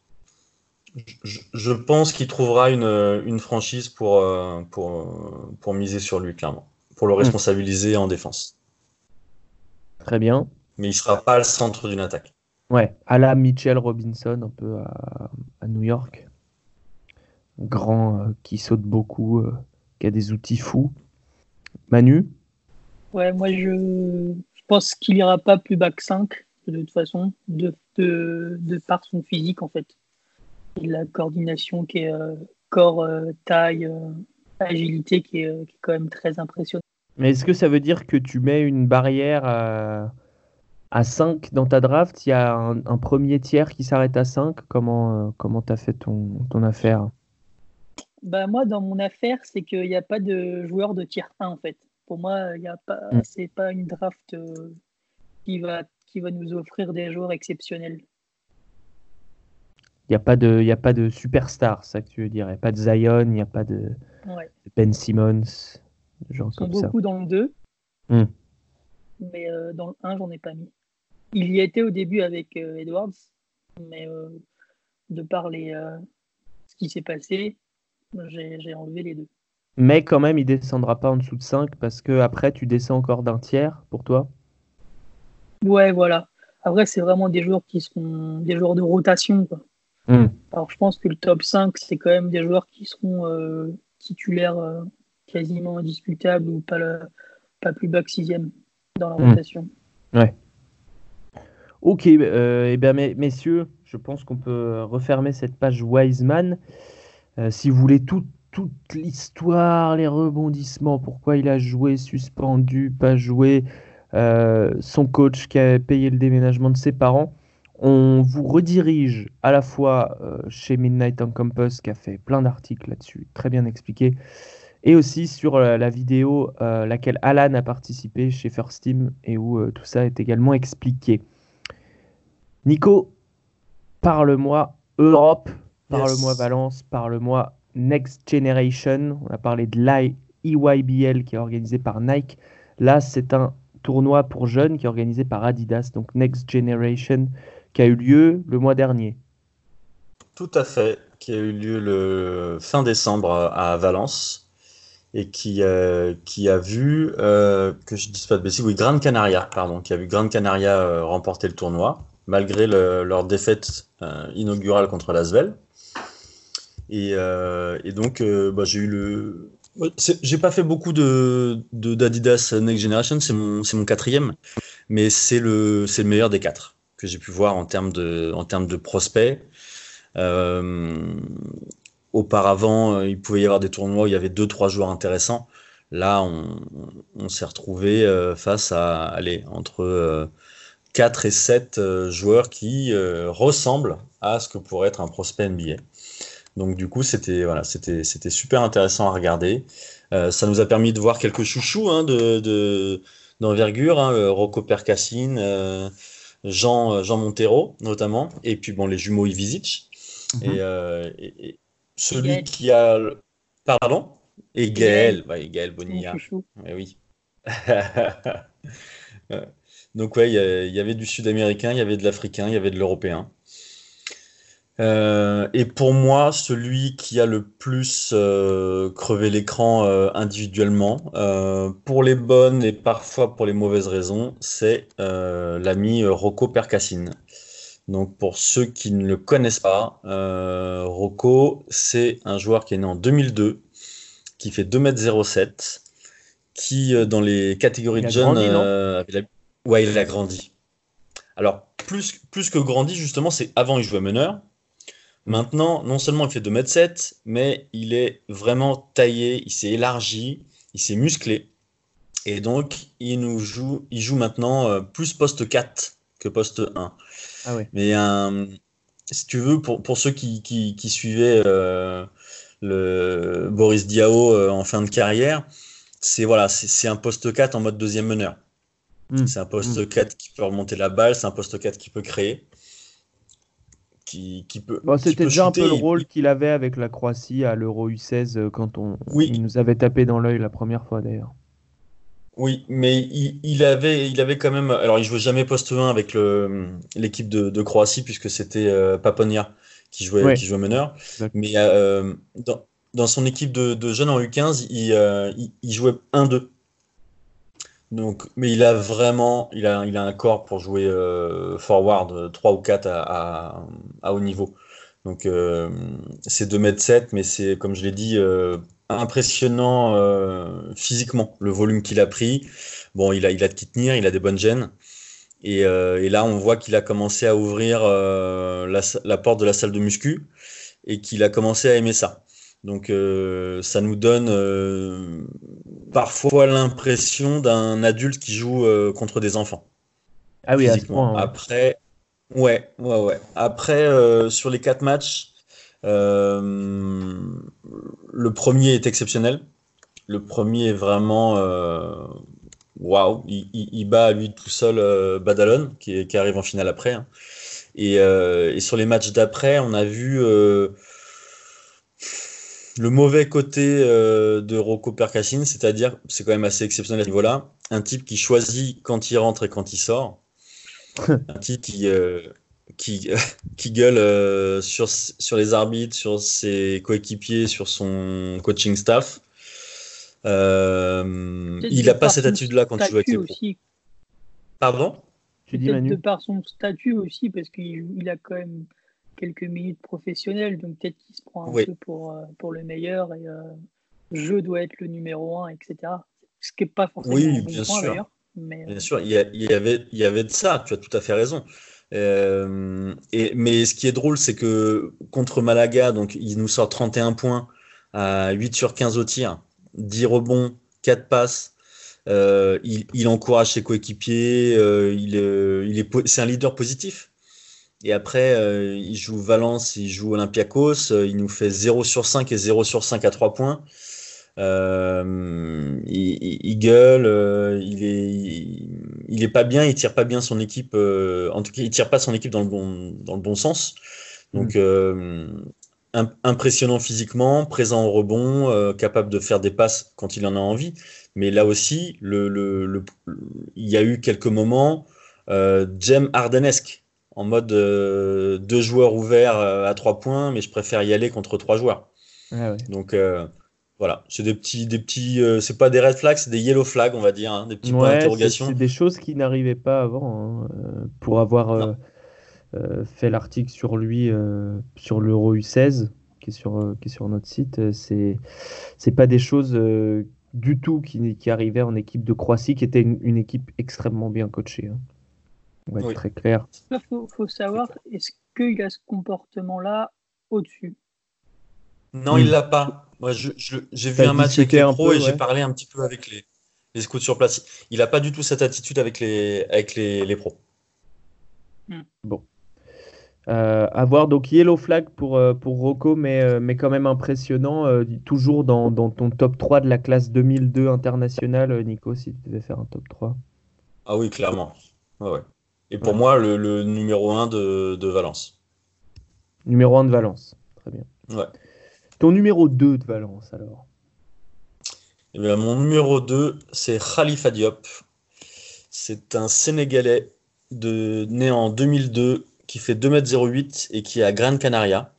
Je pense qu'il trouvera une franchise pour miser sur lui, clairement, pour le responsabiliser en défense. Très bien. Mais il ne sera pas le centre d'une attaque. Ouais, à la Mitchell Robinson, un peu à New York. Grand, qui saute beaucoup, qui a des outils fous. Manu? Ouais, moi je pense qu'il ira pas plus bas que 5, de toute façon, de par son physique, en fait. Et la coordination qui est corps, taille, agilité qui est quand même très impressionnante. Mais est-ce que ça veut dire que tu mets une barrière à 5 dans ta draft? Il y a un premier tiers qui s'arrête à 5. Comment tu as fait ton affaire? Bah, moi, dans mon affaire, c'est qu'il n'y a pas de joueur de tier 1, en fait. Pour moi, c'est pas une draft qui va nous offrir des joueurs exceptionnels. Il n'y a pas de superstar, ça que tu veux dire. Il n'y a pas de Zion, il n'y a pas de Ben Simmons, genre Ils sont comme ça. beaucoup dans le 2, mais dans le 1, j'en ai pas mis. Il y était au début avec Edwards, mais de par ce qui s'est passé, j'ai enlevé les deux. Mais quand même, il descendra pas en dessous de 5 parce que après, tu descends encore d'un tiers pour toi. Ouais, voilà. Après, c'est vraiment des joueurs qui seront des joueurs de rotation, quoi. Alors, je pense que le top 5, c'est quand même des joueurs qui seront titulaires quasiment indiscutables ou pas plus bas que 6e dans la rotation. Ouais. Ok, eh bien, messieurs, je pense qu'on peut refermer cette page Wiseman. Si vous voulez toute l'histoire, les rebondissements, pourquoi il a joué, suspendu, pas joué, son coach qui a payé le déménagement de ses parents, on vous redirige à la fois chez Midnight on Campus qui a fait plein d'articles là-dessus, très bien expliqué, et aussi sur la vidéo laquelle Alan a participé chez First Team et où tout ça est également expliqué. Nico, parle-moi Europe, parle-moi Valence, parle-moi Next Generation. On a parlé de l'EYBL qui est organisé par Nike. Là, c'est un tournoi pour jeunes qui est organisé par Adidas, donc Next Generation, qui a eu lieu le mois dernier. Tout à fait, qui a eu lieu le fin décembre à Valence et qui a vu, que je ne dise pas de bêtises, Gran Canaria, qui a vu Gran Canaria remporter le tournoi, malgré leur défaite inaugurale contre l'Asvel. Et donc, j'ai pas fait beaucoup d'Adidas Next Generation, c'est mon 4e, mais c'est le meilleur des 4 que j'ai pu voir en termes de prospects. Auparavant, il pouvait y avoir des tournois où il y avait 2-3 joueurs intéressants. Là, on s'est retrouvé face à entre 4 et 7 joueurs qui ressemblent à ce que pourrait être un prospect NBA. Donc du coup, c'était super intéressant à regarder. Ça nous a permis de voir quelques chouchous d'envergure, Rocco Percassine, Jean Montero notamment, et puis les jumeaux Ivizic. Et celui qui a... Pardon ? Et Gaël Bonilla. Oui. Donc il y avait du Sud-Américain, il y avait de l'Africain, il y avait de l'Européen. Et pour moi, celui qui a le plus crevé l'écran individuellement, pour les bonnes et parfois pour les mauvaises raisons, c'est l'ami Rocco Percassine. Donc pour ceux qui ne le connaissent pas, Rocco, c'est un joueur qui est né en 2002, qui fait 2,07 m, qui dans les catégories de jeunes... il a grandi. Alors, plus que grandi, justement, c'est avant il jouait meneur. Maintenant, non seulement il fait 2,07 m, mais il est vraiment taillé, il s'est élargi, il s'est musclé. Et donc, il joue maintenant plus poste 4 que poste 1. Ah ouais. Mais si tu veux, pour ceux qui suivaient le Boris Diaw en fin de carrière, c'est un poste 4 en mode deuxième meneur. C'est un poste 4 qui peut remonter la balle, c'est un poste 4 qui peut créer. Qui peut, c'était déjà un peu le rôle qu'il avait avec la Croatie à l'Euro U16 quand il nous avait tapé dans l'œil la première fois d'ailleurs. Oui, mais il avait quand même... Alors, il jouait jamais poste 1 avec l'équipe de Croatie puisque c'était Paponia qui jouait meneur. Exact. Mais dans son équipe de jeunes en U15, il jouait 1-2. Donc, mais il a un corps pour jouer forward 3 ou 4 à haut niveau. Donc c'est 2,07 m, mais c'est, comme je l'ai dit, impressionnant physiquement, le volume qu'il a pris. Bon, il a de qui tenir, il a des bonnes gènes. Et là, on voit qu'il a commencé à ouvrir la porte de la salle de muscu et qu'il a commencé à aimer ça. Donc ça nous donne parfois l'impression d'un adulte qui joue contre des enfants. Ah oui, à ce point. Après, ouais. Après, sur les 4 matchs, le premier est exceptionnel. Le premier est vraiment waouh. Il bat à lui tout seul Badalone qui arrive en finale après. Hein. Et sur les matchs d'après, on a vu le mauvais côté de Rocco Percassine, c'est-à-dire, c'est quand même assez exceptionnel à ce niveau-là, un type qui choisit quand il rentre et quand il sort, un type qui gueule sur les arbitres, sur ses coéquipiers, sur son coaching staff. Il n'a pas cette attitude-là quand il joue avec les pros. Pardon ? Tu dis, Manu ? De par son statut aussi, parce qu'il a quand même quelques minutes professionnelles, donc peut-être qu'il se prend un peu pour le meilleur et je dois être le numéro 1, etc. Ce qui n'est pas forcément un bon point d'ailleurs. Mais, bien sûr, il y avait de ça, tu as tout à fait raison. Mais ce qui est drôle, c'est que contre Malaga, donc, il nous sort 31 points à 8 sur 15 au tir, 10 rebonds, 4 passes. Il encourage ses coéquipiers, c'est un leader positif. Et après, il joue Valence, il joue Olympiakos, il nous fait 0 sur 5 et 0 sur 5 à 3 points. Il gueule, il est pas bien, il tire pas bien son équipe, en tout cas, il tire pas son équipe dans le bon sens. Donc, impressionnant physiquement, présent au rebond, capable de faire des passes quand il en a envie. Mais là aussi, il y a eu quelques moments James Hardenesque. En mode 2 joueurs ouverts à 3 points, mais je préfère y aller contre 3 joueurs. Ah ouais. Donc voilà, c'est des petits c'est pas des red flags, c'est des yellow flags, on va dire, hein, des petits points d'interrogation. C'est des choses qui n'arrivaient pas avant. Hein, pour avoir fait l'article sur lui sur l'Euro U16, qui est sur notre site, c'est pas des choses du tout qui arrivaient en équipe de Croatie, qui était une équipe extrêmement bien coachée. Hein. On va être très clair. Il faut savoir, est-ce qu'il a ce comportement-là au-dessus ? Non, il l'a pas. Moi, j'ai vu un match avec les pros et j'ai parlé un petit peu avec les scouts sur place. Il n'a pas du tout cette attitude avec les pros. Bon. À voir, donc yellow flag pour Rocco, mais quand même impressionnant, toujours dans ton top 3 de la classe 2002 internationale, Nico, si tu devais faire un top 3. Ah oui, clairement. Ouais. Et pour moi, le numéro 1 de Valence. Numéro 1 de Valence, très bien. Ouais. Ton numéro 2 de Valence, alors? Eh bien, mon numéro 2, c'est Khalifa Diop. C'est un Sénégalais né en 2002 qui fait 2,08 m et qui est à Gran Canaria.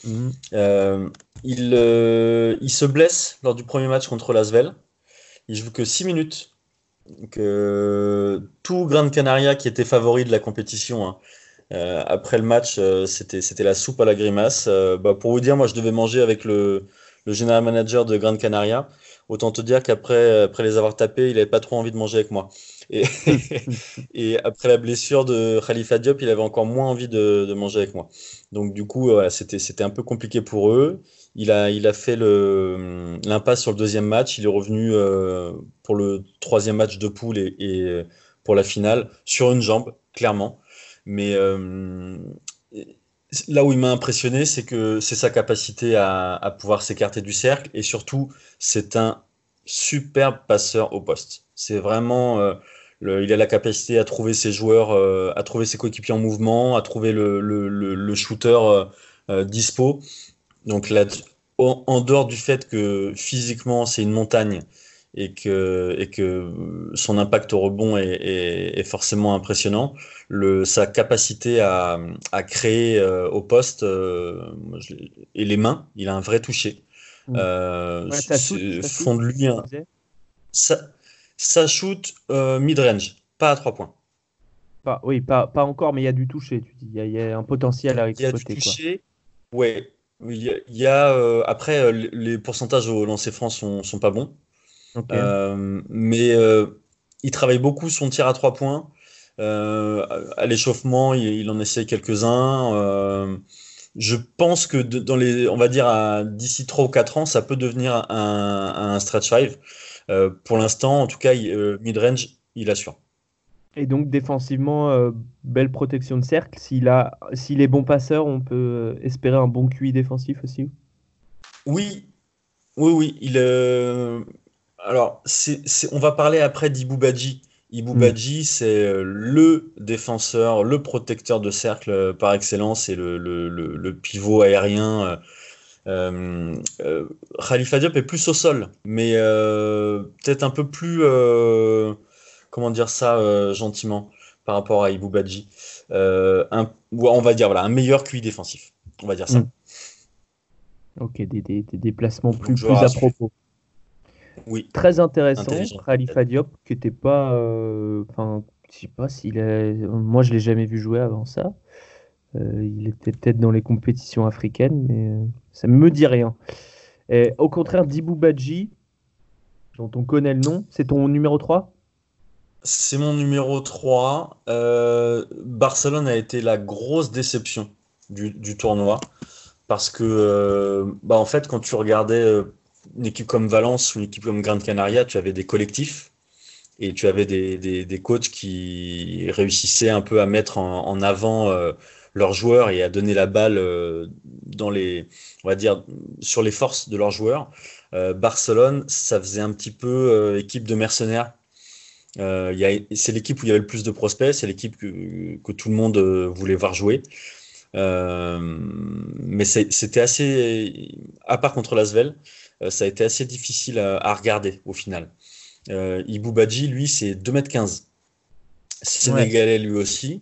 Il se blesse lors du premier match contre l'Asvel. Il joue que 6 minutes. Donc, tout Gran Canaria qui était favori de la compétition, hein. Après le match, c'était la soupe à la grimace. Pour vous dire, moi je devais manger avec le general manager de Gran Canaria. Autant te dire qu'après les avoir tapés, il n'avait pas trop envie de manger avec moi. Et, et après la blessure de Khalifa Diop, il avait encore moins envie de manger avec moi. Donc du coup, voilà, c'était un peu compliqué pour eux. Il a fait l'impasse sur le deuxième match. Il est revenu pour le troisième match de poule et pour la finale sur une jambe, clairement. Mais là où il m'a impressionné, c'est sa capacité à pouvoir s'écarter du cercle et surtout, c'est un superbe passeur au poste. C'est vraiment, il a la capacité à trouver ses joueurs, à trouver ses coéquipiers en mouvement, à trouver le shooter dispo. Donc là, en dehors du fait que physiquement c'est une montagne et que son impact au rebond est forcément impressionnant, sa capacité à créer au poste et les mains, il a un vrai toucher. Font de lui ça shoot mid-range, pas à 3 points. Pas encore, mais il y a du toucher, tu dis. Il y a un potentiel à exploiter. Il y a du toucher, ouais. Il y a après, les pourcentages au lancer franc sont pas bons. Okay. Mais il travaille beaucoup son tir à 3 points. À l'échauffement, il en essaie quelques-uns. Je pense que on va dire d'ici 3 ou 4 ans, ça peut devenir un stretch 5. Pour l'instant, en tout cas, mid-range, il assure. Et donc défensivement, belle protection de cercle. S'il est bon passeur, on peut espérer un bon QI défensif aussi. Oui. Alors, on va parler après d'Ibou Badji. Ibou Badji, c'est le défenseur, le protecteur de cercle par excellence et le pivot aérien. Khalifa Diop est plus au sol, mais peut-être un peu plus, comment dire ça gentiment, par rapport à Ibou Badji. On va dire un meilleur QI défensif. On va dire ça. Ok, des déplacements plus à propos. Oui. Très intéressant. Khalifa Diop, qui n'était pas. Enfin, je sais pas s'il est. Moi, je l'ai jamais vu jouer avant ça. Il était peut-être dans les compétitions africaines, mais ça me dit rien. Et, au contraire, Dibou Badji, dont on connaît le nom, c'est ton numéro 3 ? C'est mon numéro 3. Barcelone a été la grosse déception du tournoi. Parce que, en fait, quand tu regardais une équipe comme Valence ou une équipe comme Gran Canaria, tu avais des collectifs et tu avais des coachs qui réussissaient un peu à mettre en avant leurs joueurs et à donner la balle on va dire, sur les forces de leurs joueurs. Barcelone, ça faisait un petit peu équipe de mercenaires. C'est l'équipe où il y avait le plus de prospects, c'est l'équipe que tout le monde voulait voir jouer. Mais c'était assez, à part contre l'Asvel, ça a été assez difficile à regarder au final. Ibou Badji, lui, c'est 2,15 m. Sénégalais lui aussi.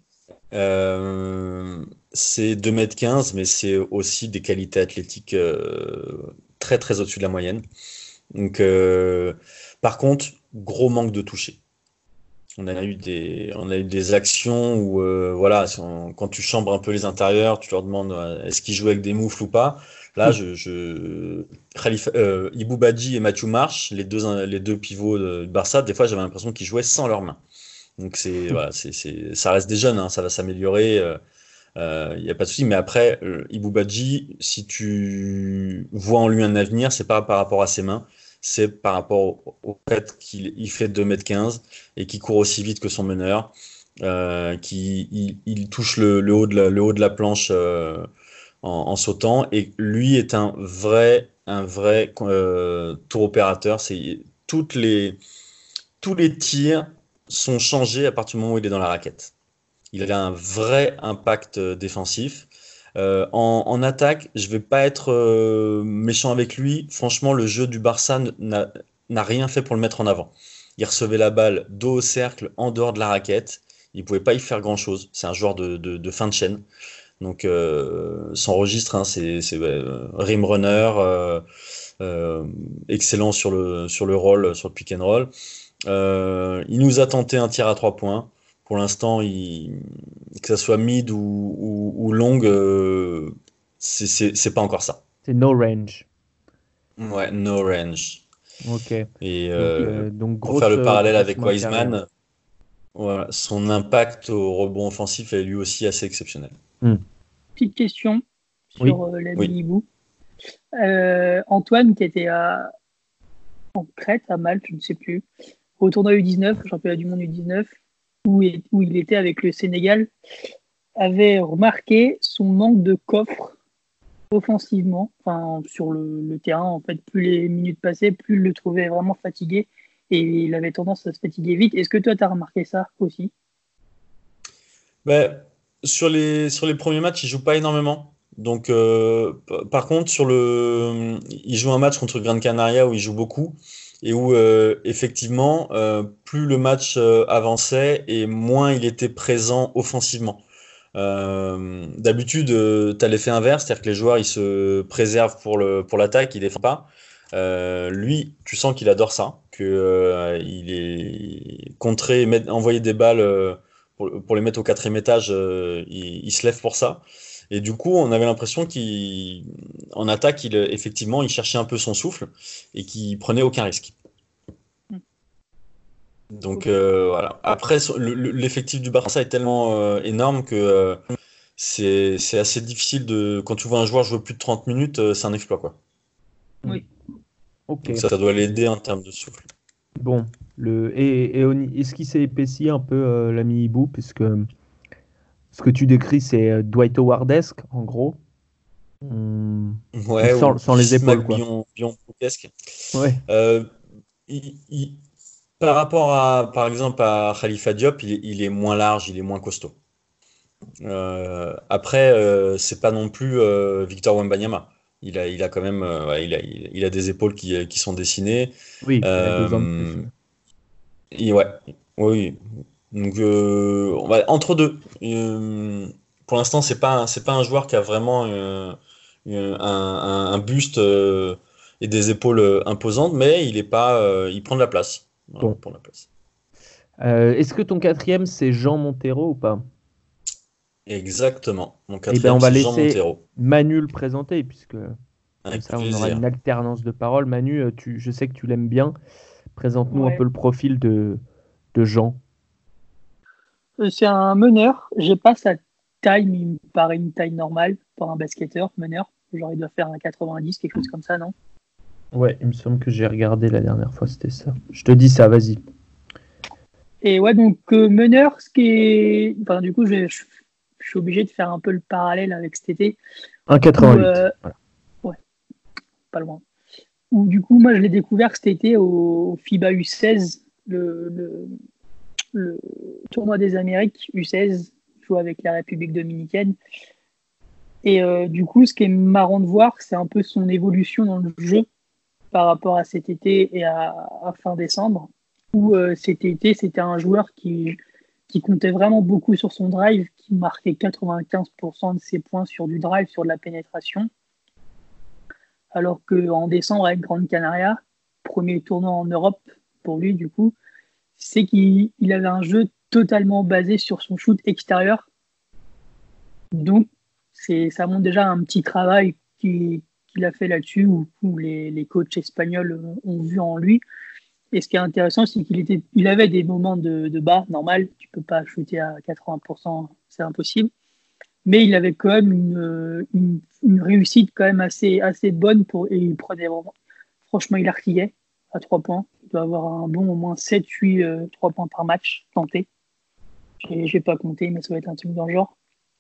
C'est 2,15 m, mais c'est aussi des qualités athlétiques très très au-dessus de la moyenne. Donc, par contre, gros manque de toucher. On a eu des actions où, quand tu chambres un peu les intérieurs, tu leur demandes est-ce qu'ils jouent avec des moufles ou pas. Là, Ibou Badji et Mathieu Marsh, les deux pivots de Barça, des fois, j'avais l'impression qu'ils jouaient sans leurs mains. Donc, ça reste des jeunes, hein, ça va s'améliorer. Il n'y a pas de souci. Mais après, Ibou Badji, si tu vois en lui un avenir, c'est pas par rapport à ses mains. C'est par rapport au fait qu'il fait 2,15 m et qu'il court aussi vite que son meneur. il touche le haut de la planche en sautant, et lui est un vrai tour opérateur. Tous les tirs sont changés à partir du moment où il est dans la raquette. Il a un vrai impact défensif. En attaque, je vais pas être méchant avec lui. Franchement, le jeu du Barça n'a rien fait pour le mettre en avant. Il recevait la balle dos au cercle, en dehors de la raquette. Il pouvait pas y faire grand-chose. C'est un joueur de fin de chaîne. Donc, son registre, hein, c'est rim runner, excellent sur le roll, sur le pick and roll. Il nous a tenté un tir à 3 points. Pour l'instant, que ça soit mid ou long, c'est pas encore ça. C'est no range. Ouais, no range. Ok. Et donc pour faire le parallèle avec Wiseman, voilà, son impact au rebond offensif est lui aussi assez exceptionnel. Petite question sur la mini-boue. Antoine, qui était en Crète, à Malte, je ne sais plus, au tournoi U19, championnat du monde U19, où il était avec le Sénégal, avait remarqué son manque de coffre offensivement, sur le terrain. En fait, plus les minutes passaient, plus il le trouvait vraiment fatigué, et il avait tendance à se fatiguer vite. Est-ce que toi, tu as remarqué ça aussi? Sur les premiers matchs, il joue pas énormément. Donc, par contre, il joue un match contre Gran Canaria où il joue beaucoup, et où effectivement, plus le match avançait et moins il était présent offensivement. D'habitude, tu as l'effet inverse, c'est-à-dire que les joueurs ils se préservent pour l'attaque, ils défendent pas. Lui, tu sens qu'il adore ça, que il est contré, envoyer des balles pour les mettre au 4e étage, il se lève pour ça. Et du coup, on avait l'impression qu'en attaque, effectivement, il cherchait un peu son souffle et qu'il prenait aucun risque. Donc voilà. Après, l'effectif du Barça est tellement énorme que c'est assez difficile quand tu vois un joueur jouer plus de 30 minutes, c'est un exploit, quoi. Oui. Ok. Donc ça doit l'aider en termes de souffle. Bon, est-ce qu'il s'est épaissi un peu la mini-boue, puisque ce que tu décris, c'est Dwight Howardesque, en gros. Ouais, sans les épaules, quoi. Ouais. Par rapport par exemple, à Khalifa Diop, il est moins large, il est moins costaud. Après, c'est pas non plus Victor Wembanyama. Il a quand même, il a des épaules qui sont dessinées. Oui, il a 2 ans de plus. Ouais, oui. Donc, entre deux. Pour l'instant, c'est pas un joueur qui a vraiment un buste et des épaules imposantes, mais il prend de la place. Voilà, bon. pour la place. Est-ce que ton 4e, c'est Jean Montero ou pas? Exactement. Mon 4e, on va c'est Jean laisser Montero. Manu le présenter, puisque Avec ça, plaisir. on aura une alternance de parole. Manu, je sais que tu l'aimes bien. Présente-nous un peu le profil de Jean. C'est un meneur. J'ai pas sa taille, mais il me paraît une taille normale pour un basketteur meneur. Genre, il doit faire un 90, quelque chose comme ça, non? Ouais, il me semble que j'ai regardé la dernière fois, c'était ça. Je te dis ça, vas-y. Et ouais, donc meneur, du coup, je suis obligé de faire un peu le parallèle avec cet été. 1,88. Voilà. Ouais, pas loin. Où du coup, moi, je l'ai découvert cet été au FIBA U16, le tournoi des Amériques U16, joué avec la République dominicaine. Et du coup, ce qui est marrant de voir, c'est un peu son évolution dans le jeu par rapport à cet été et à fin décembre, où cet été, c'était un joueur qui comptait vraiment beaucoup sur son drive, qui marquait 95% de ses points sur du drive, sur de la pénétration. Alors qu'en décembre, avec Gran Canaria, premier tournoi en Europe pour lui, du coup, c'est qu'il avait un jeu totalement basé sur son shoot extérieur. Donc, ça montre déjà un petit travail qu'il a fait là-dessus, où les coachs espagnols ont vu en lui. Et ce qui est intéressant, c'est qu'il avait des moments de bas, normal. Tu peux pas shooter à 80%, c'est impossible. Mais il avait quand même une réussite quand même assez bonne et il prenait vraiment. Franchement, il artillait à 3 points. Il doit avoir un bon au moins 7-8 3 points par match tenté. J'ai pas compté, mais ça va être un truc dans le genre.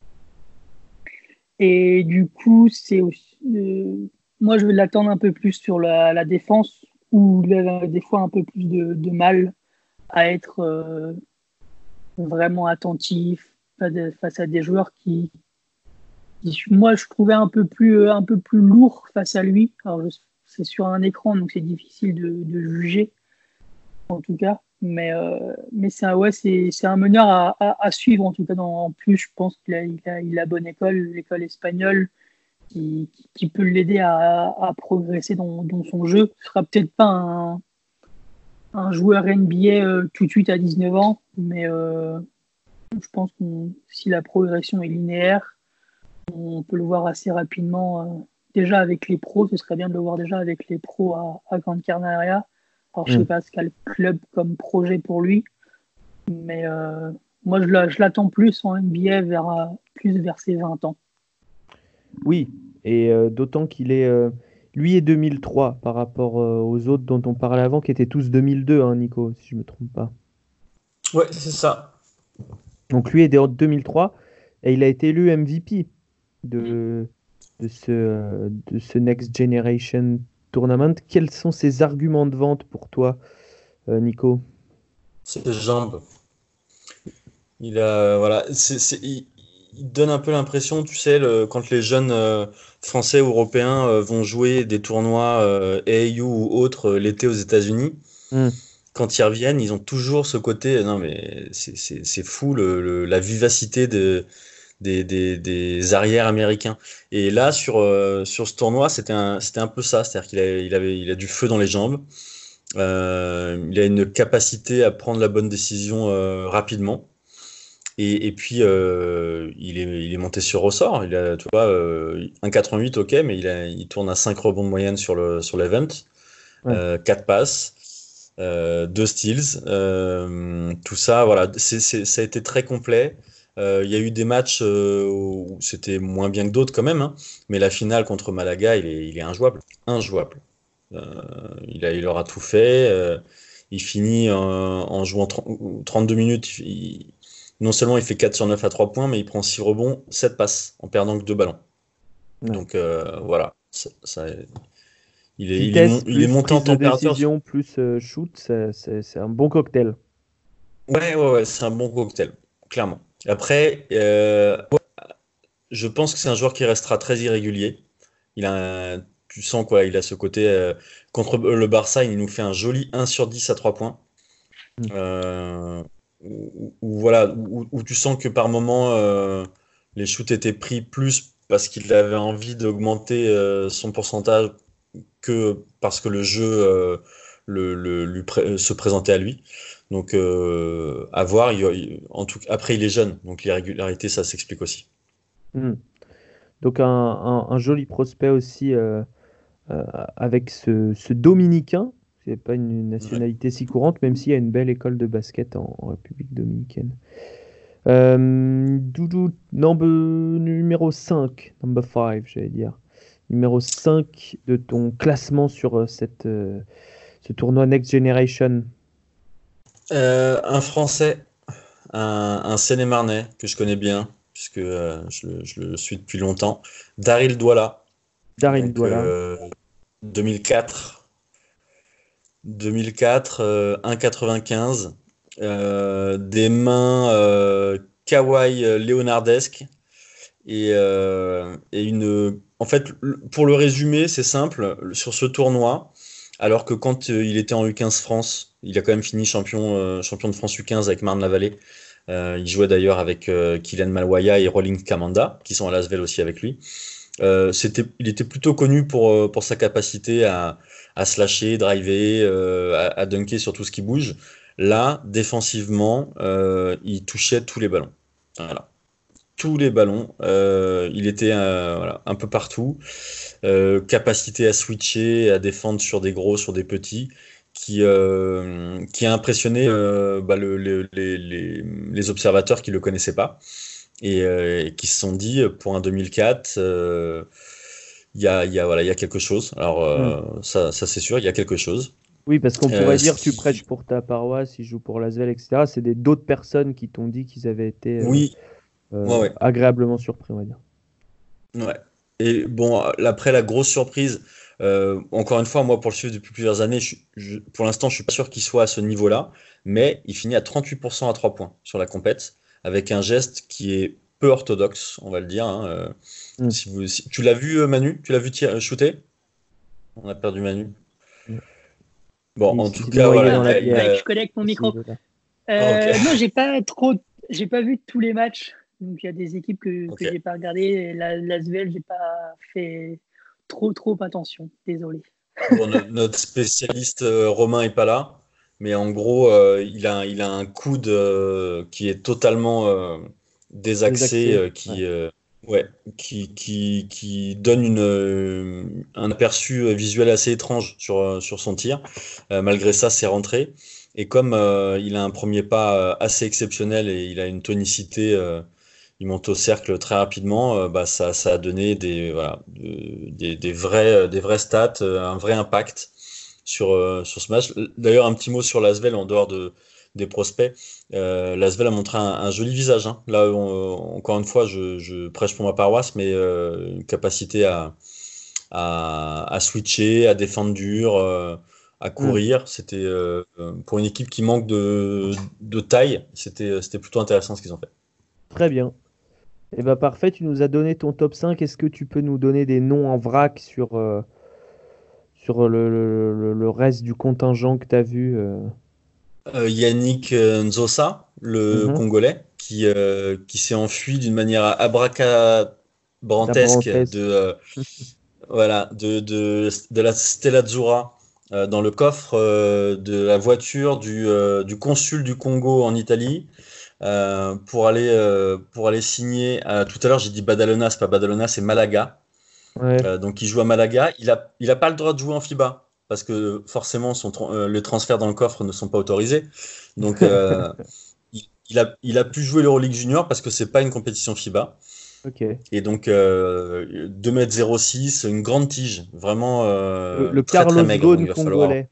Et du coup, c'est aussi, moi, je vais l'attendre un peu plus sur la défense, où il a des fois un peu plus de mal à être vraiment attentif face à des joueurs qui, moi, je trouvais un peu plus lourd face à lui. Alors, c'est sur un écran, donc c'est difficile de juger, en tout cas. Mais c'est un meneur à suivre, en tout cas. En plus, je pense qu'il a la bonne école, l'école espagnole, qui peut l'aider à progresser dans son jeu. Ce sera peut-être pas un joueur NBA tout de suite à 19 ans, mais je pense que si la progression est linéaire, on peut le voir assez rapidement. Déjà avec les pros, ce serait bien de le voir déjà avec les pros à Gran Canaria. Alors, je ne sais pas ce qu'a le club comme projet pour lui, mais moi, je l'attends plus en NBA plus vers ses 20 ans. Oui, et d'autant qu'il est... lui est 2003 par rapport aux autres dont on parlait avant, qui étaient tous 2002, hein, Nico, si je ne me trompe pas. Ouais, c'est ça. Donc lui est de 2003 et il a été élu MVP de ce Next Generation Tournament. Quels sont ses arguments de vente pour toi, Nico? Ses jambes. Il donne un peu l'impression, tu sais, quand les jeunes français ou européens vont jouer des tournois AAU ou autres l'été aux États-Unis. Quand ils reviennent, ils ont toujours ce côté. Non, mais c'est fou la vivacité des arrières américains. Et là, sur ce tournoi, c'était un peu ça. C'est-à-dire qu'il a du feu dans les jambes. Il a une capacité à prendre la bonne décision rapidement. Et puis, il est monté sur ressort. Il a, tu vois, 1,88, ok, mais il tourne à 5 rebonds de moyenne sur l'event. Ouais. 4 passes. 2 steals, tout ça, voilà, ça a été très complet. Il y a eu des matchs où c'était moins bien que d'autres quand même, hein, mais la finale contre Malaga, il est injouable. Il aura tout fait. Il finit en jouant 32 minutes. Non seulement il fait 4 sur 9 à 3 points, mais il prend 6 rebonds, 7 passes en perdant que 2 ballons. Ouais. Donc voilà, il est monté en température. Décision plus shoot, c'est un bon cocktail. Ouais, c'est un bon cocktail, clairement. Après, je pense que c'est un joueur qui restera très irrégulier. Tu sens quoi, il a ce côté contre le Barça, il nous fait un joli 1 sur 10 à 3 points. Où tu sens que par moment les shoots étaient pris plus parce qu'il avait envie d'augmenter son pourcentage que parce que le jeu se présentait à lui. Donc à voir. Après, il est jeune, donc l'irrégularité, ça s'explique aussi. Donc un joli prospect aussi avec ce Dominicain. C'est pas une nationalité si courante, même s'il y a une belle école de basket en République dominicaine. Doudou, numéro 5, number 5, j'allais dire. Numéro 5 de ton classement sur ce tournoi Next Generation. Un Français, un Seine-et-Marnais que je connais bien, puisque je le suis depuis longtemps. Daryl Douala. 2004, 1,95. Des mains kawaii léonardesques. Et en fait, pour le résumer, c'est simple. Sur ce tournoi, alors que quand il était en U15 France, il a quand même fini champion de France U15 avec Marne-la-Vallée. Il jouait d'ailleurs avec Kylian Malwaya et Rolling Kamanda, qui sont à Lasvel aussi avec lui. Il était plutôt connu pour sa capacité à slasher, driver, à dunker sur tout ce qui bouge. Là, défensivement, il touchait tous les ballons. Voilà. Tous les ballons. Il était un peu partout. Capacité à switcher, à défendre sur des gros, sur des petits, qui a impressionné les observateurs qui ne le connaissaient pas et qui se sont dit, pour un 2004, il y a quelque chose. Alors, ça c'est sûr, il y a quelque chose. Oui, parce qu'on pourrait dire tu prêches pour ta paroisse, il joue pour l'Asvel, etc. C'est d'autres personnes qui t'ont dit qu'ils avaient été agréablement surpris, on va dire. Ouais. Et bon, après la grosse surprise, encore une fois, moi pour le suivre depuis plusieurs années, pour l'instant je suis pas sûr qu'il soit à ce niveau-là, mais il finit à 38% à 3 points sur la compète, avec un geste qui est peu orthodoxe, on va le dire. Hein. Tu l'as vu Manu? Tu l'as vu shooter? On a perdu Manu. Bon, en tout cas, voilà. Je connecte mon micro. Non, j'ai pas vu tous les matchs. Donc il y a des équipes que j'ai pas regardées. L'Asvel, j'ai pas fait trop attention. Désolé. Bon, notre spécialiste Romain est pas là, mais en gros, il a un coude qui est totalement désaxé, qui donne un aperçu visuel assez étrange sur son tir. Malgré ça, c'est rentré. Et comme il a un premier pas assez exceptionnel et il a une tonicité, il monte au cercle très rapidement, ça a donné des vrais stats, un vrai impact sur ce match. D'ailleurs, un petit mot sur l'Asvel en dehors des prospects. L'Asvel a montré un joli visage. Hein. Là, encore une fois, je prêche pour ma paroisse, mais une capacité à switcher, à défendre dur, à courir. C'était pour une équipe qui manque de taille, c'était plutôt intéressant ce qu'ils ont fait. Très bien. Et parfait, tu nous as donné ton top 5. Est-ce que tu peux nous donner des noms en vrac sur le reste du contingent que tu as vu Yannick Nzosa, le Congolais, qui s'est enfui d'une manière abracadabrantesque de la Stella Azzurra dans le coffre de la voiture du consul du Congo en Italie pour aller signer. Tout à l'heure, j'ai dit Badalona, c'est pas Badalona, c'est Malaga. Ouais. Donc il joue à Malaga. Il a pas le droit de jouer en FIBA parce que forcément les transferts dans le coffre ne sont pas autorisés. Donc il a pu jouer l'Euroleague Junior parce que c'est pas une compétition FIBA. Okay. Et donc 2,06 m, une grande tige, vraiment le très Carlos très maigre. Ghosn congolais.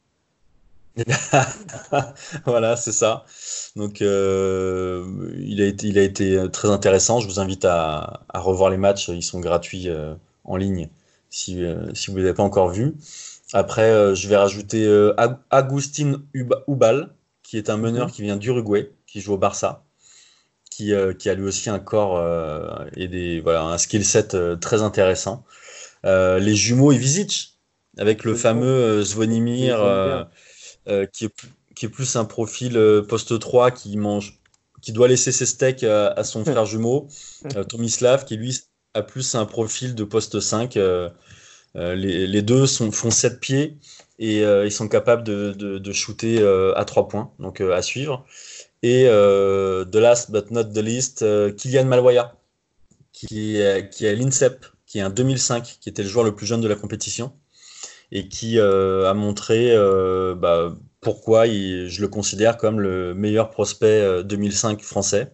Voilà, c'est ça. Donc il a été très intéressant. Je vous invite à revoir les matchs. Ils sont gratuits en ligne si vous ne l'avez pas encore vu. Après, je vais rajouter Agustin Ubal, qui est un meneur qui vient d'Uruguay, qui joue au Barça, qui a lui aussi un corps et un skill set très intéressant. Les jumeaux Ivizic, avec le fameux Zvonimir, qui est plus un profil poste 3 qui doit laisser ses steaks à son frère jumeau, Tomislav, qui lui a plus un profil de poste 5. Les deux font 7 pieds et ils sont capables de shooter à 3 points, donc à suivre. Et the last but not the least, Kylian Malwaya, qui est à l'INSEP, qui est un 2005, qui était le joueur le plus jeune de la compétition et qui a montré pourquoi je le considère comme le meilleur prospect 2005 français.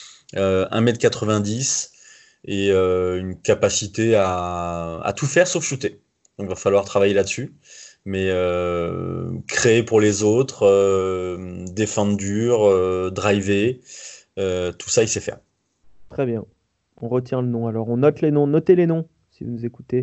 1m90 et une capacité à tout faire sauf shooter. Donc il va falloir travailler là-dessus. Mais créer pour les autres, défendre dur, driver, tout ça il sait faire. Très bien. On retient le nom. Alors on note les noms. Notez les noms si vous nous écoutez.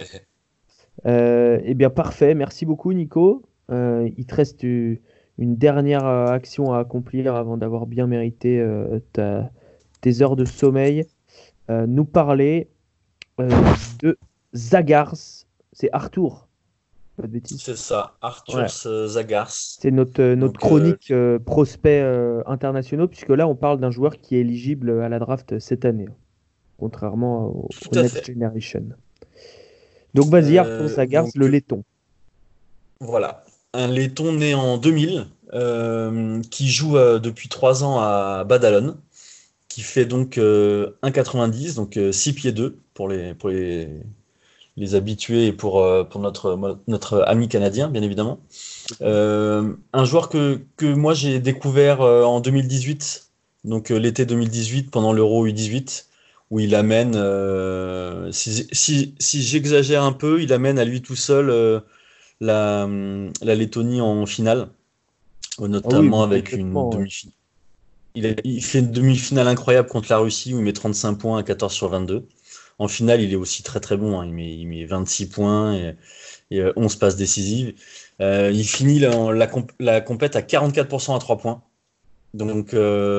Eh bien parfait. Merci beaucoup Nico. Il te reste une dernière action à accomplir avant d'avoir bien mérité tes heures de sommeil. Nous parler de Zagars. C'est Arthur. Pas de bêtises. C'est ça, Arthur Zagars. C'est notre chronique prospect internationaux, puisque là on parle d'un joueur qui est éligible à la draft cette année, contrairement au Next Generation. Donc vas-y, Arthur Zagars, le laiton. Voilà, un laiton né en 2000, qui joue depuis 3 ans à Badalone, qui fait donc 1,90, donc 6 pieds 2 pour les habitués et pour notre ami canadien, bien évidemment. Un joueur que moi j'ai découvert en 2018, donc l'été 2018, pendant l'Euro U18, où il amène, si j'exagère un peu, il amène à lui tout seul la Lettonie en finale, notamment avec une demi-finale. Il fait une demi-finale incroyable contre la Russie où il met 35 points à 14 sur 22. En finale, il est aussi très très bon. Hein. Il met 26 points et 11 passes décisives. Il finit la compète à 44% à 3 points. Donc,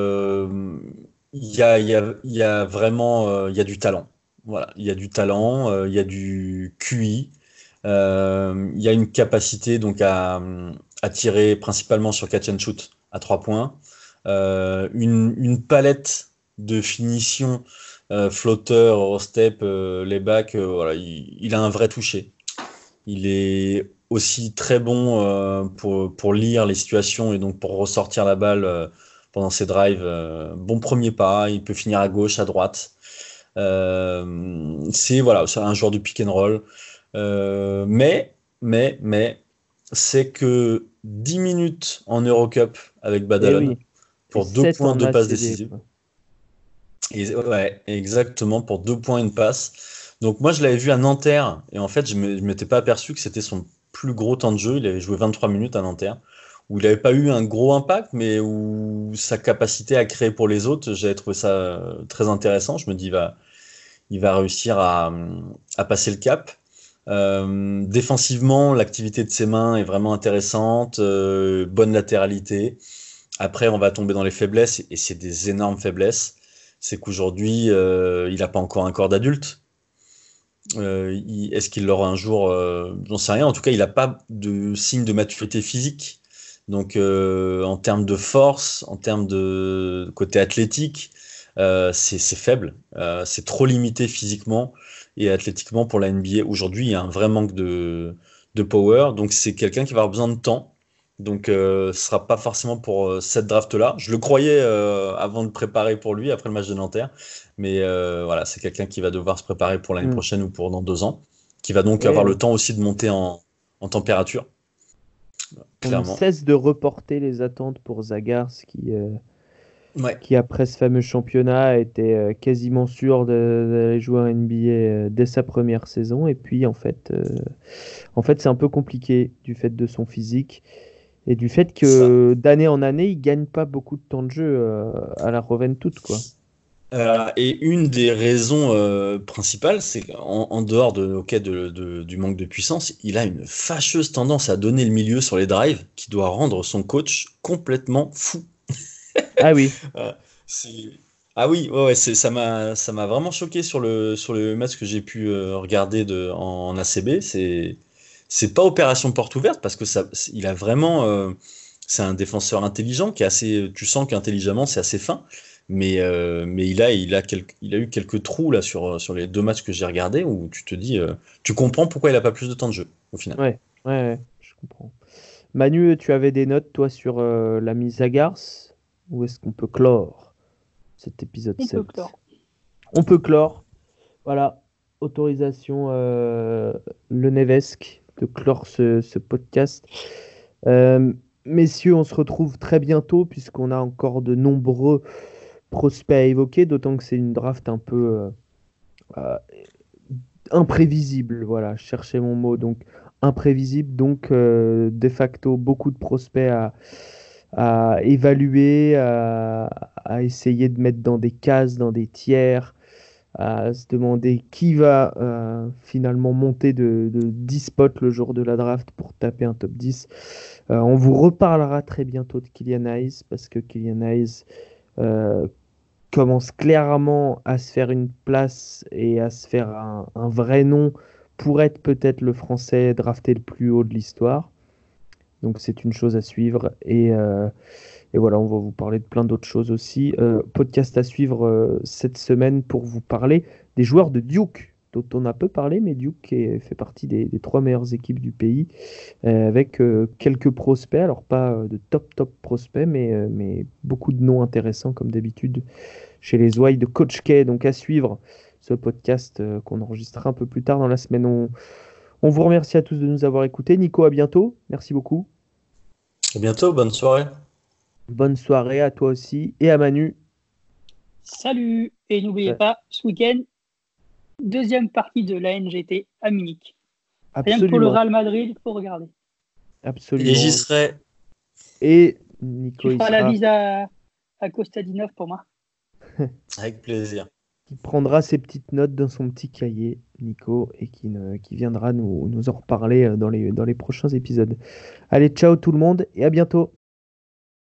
il y a vraiment il y a du talent. Voilà, il y a du talent, il y a du QI. Il y a une capacité donc à tirer principalement sur catch and shoot à 3 points. Une palette de finition flotteur, Eurostep, layback, voilà, il a un vrai toucher. Il est aussi très bon pour lire les situations et donc pour ressortir la balle pendant ses drives. Bon premier pas, il peut finir à gauche, à droite. C'est un joueur de pick and roll. Mais c'est que 10 minutes en Eurocup avec Badalone pour 2 points, 2 passes décisives. Ouais, exactement, pour 2 points, 1 passe. Donc moi, je l'avais vu à Nanterre, et en fait, je ne m'étais pas aperçu que c'était son plus gros temps de jeu. Il avait joué 23 minutes à Nanterre, où il n'avait pas eu un gros impact, mais où sa capacité à créer pour les autres, j'avais trouvé ça très intéressant. Je me dis, il va réussir à passer le cap. Défensivement, l'activité de ses mains est vraiment intéressante, bonne latéralité. Après, on va tomber dans les faiblesses, et c'est des énormes faiblesses. C'est qu'aujourd'hui, il n'a pas encore un corps d'adulte. Est-ce qu'il l'aura un jour? J'en sais rien. En tout cas, il n'a pas de signe de maturité physique. Donc, en termes de force, en termes de côté athlétique, c'est faible. C'est trop limité physiquement et athlétiquement pour la NBA. Aujourd'hui, il y a un vrai manque de power. Donc, c'est quelqu'un qui va avoir besoin de temps. Donc, ce ne sera pas forcément pour cette draft-là. Je le croyais avant de préparer pour lui, après le match de Nanterre. Mais voilà, c'est quelqu'un qui va devoir se préparer pour l'année prochaine ou pour dans 2 ans. Qui va donc avoir le temps aussi de monter en température. Clairement. On cesse de reporter les attentes pour Zagars qui après ce fameux championnat était quasiment sûr d'aller jouer en NBA dès sa première saison. Et puis en fait c'est un peu compliqué du fait de son physique et du fait que d'année en année, il gagne pas beaucoup de temps de jeu à la Juventud, quoi. Et une des raisons principales, c'est qu'en dehors du manque de puissance, il a une fâcheuse tendance à donner le milieu sur les drives qui doit rendre son coach complètement fou. Ah oui. Ah oui, ouais, ça m'a vraiment choqué sur le match que j'ai pu regarder en ACB. C'est pas opération porte ouverte parce que il a vraiment. C'est un défenseur intelligent qui est assez. Tu sens qu'intelligemment c'est assez fin. Mais il a eu quelques trous là sur les 2 matchs que j'ai regardés où tu te dis, tu comprends pourquoi il n'a pas plus de temps de jeu au final. Ouais, je comprends. Manu, tu avais des notes toi sur l'ami Zagars? Ou est-ce qu'on peut clore cet épisode 7? On peut clore. Voilà, autorisation Lenevesque de clore ce podcast. Messieurs, on se retrouve très bientôt puisqu'on a encore de nombreux prospect à évoquer, d'autant que c'est une draft un peu imprévisible, voilà, je cherchais mon mot, donc imprévisible, donc de facto beaucoup de prospects à évaluer, à essayer de mettre dans des cases, dans des tiers, à se demander qui va finalement monter de 10 spots le jour de la draft pour taper un top 10. On vous reparlera très bientôt de Killian Hayes, parce que Killian Hayes commence clairement à se faire une place et à se faire un vrai nom pour être peut-être le Français drafté le plus haut de l'histoire. Donc c'est une chose à suivre. Et voilà, on va vous parler de plein d'autres choses aussi. Podcast à suivre cette semaine pour vous parler des joueurs de Duke, dont on a peu parlé, mais Duke fait partie des 3 meilleures équipes du pays, avec quelques prospects, alors pas de top prospects, mais beaucoup de noms intéressants comme d'habitude chez les ouailles de Coach K. Donc à suivre ce podcast qu'on enregistrera un peu plus tard dans la semaine. On vous remercie à tous de nous avoir écoutés. Nico, à bientôt. Merci beaucoup. À bientôt, bonne soirée. Bonne soirée à toi aussi et à Manu. Salut. Et n'oubliez pas, ce week-end, 2e partie de la NGT à Munich. Rien que pour le Real Madrid, il faut regarder. Absolument. Et j'y serai. Et Nico, tu feras la bise à Kostadinov pour moi. Avec plaisir. Qui prendra ses petites notes dans son petit cahier, Nico, et qui viendra nous en reparler dans les prochains épisodes. Allez, ciao tout le monde et à bientôt.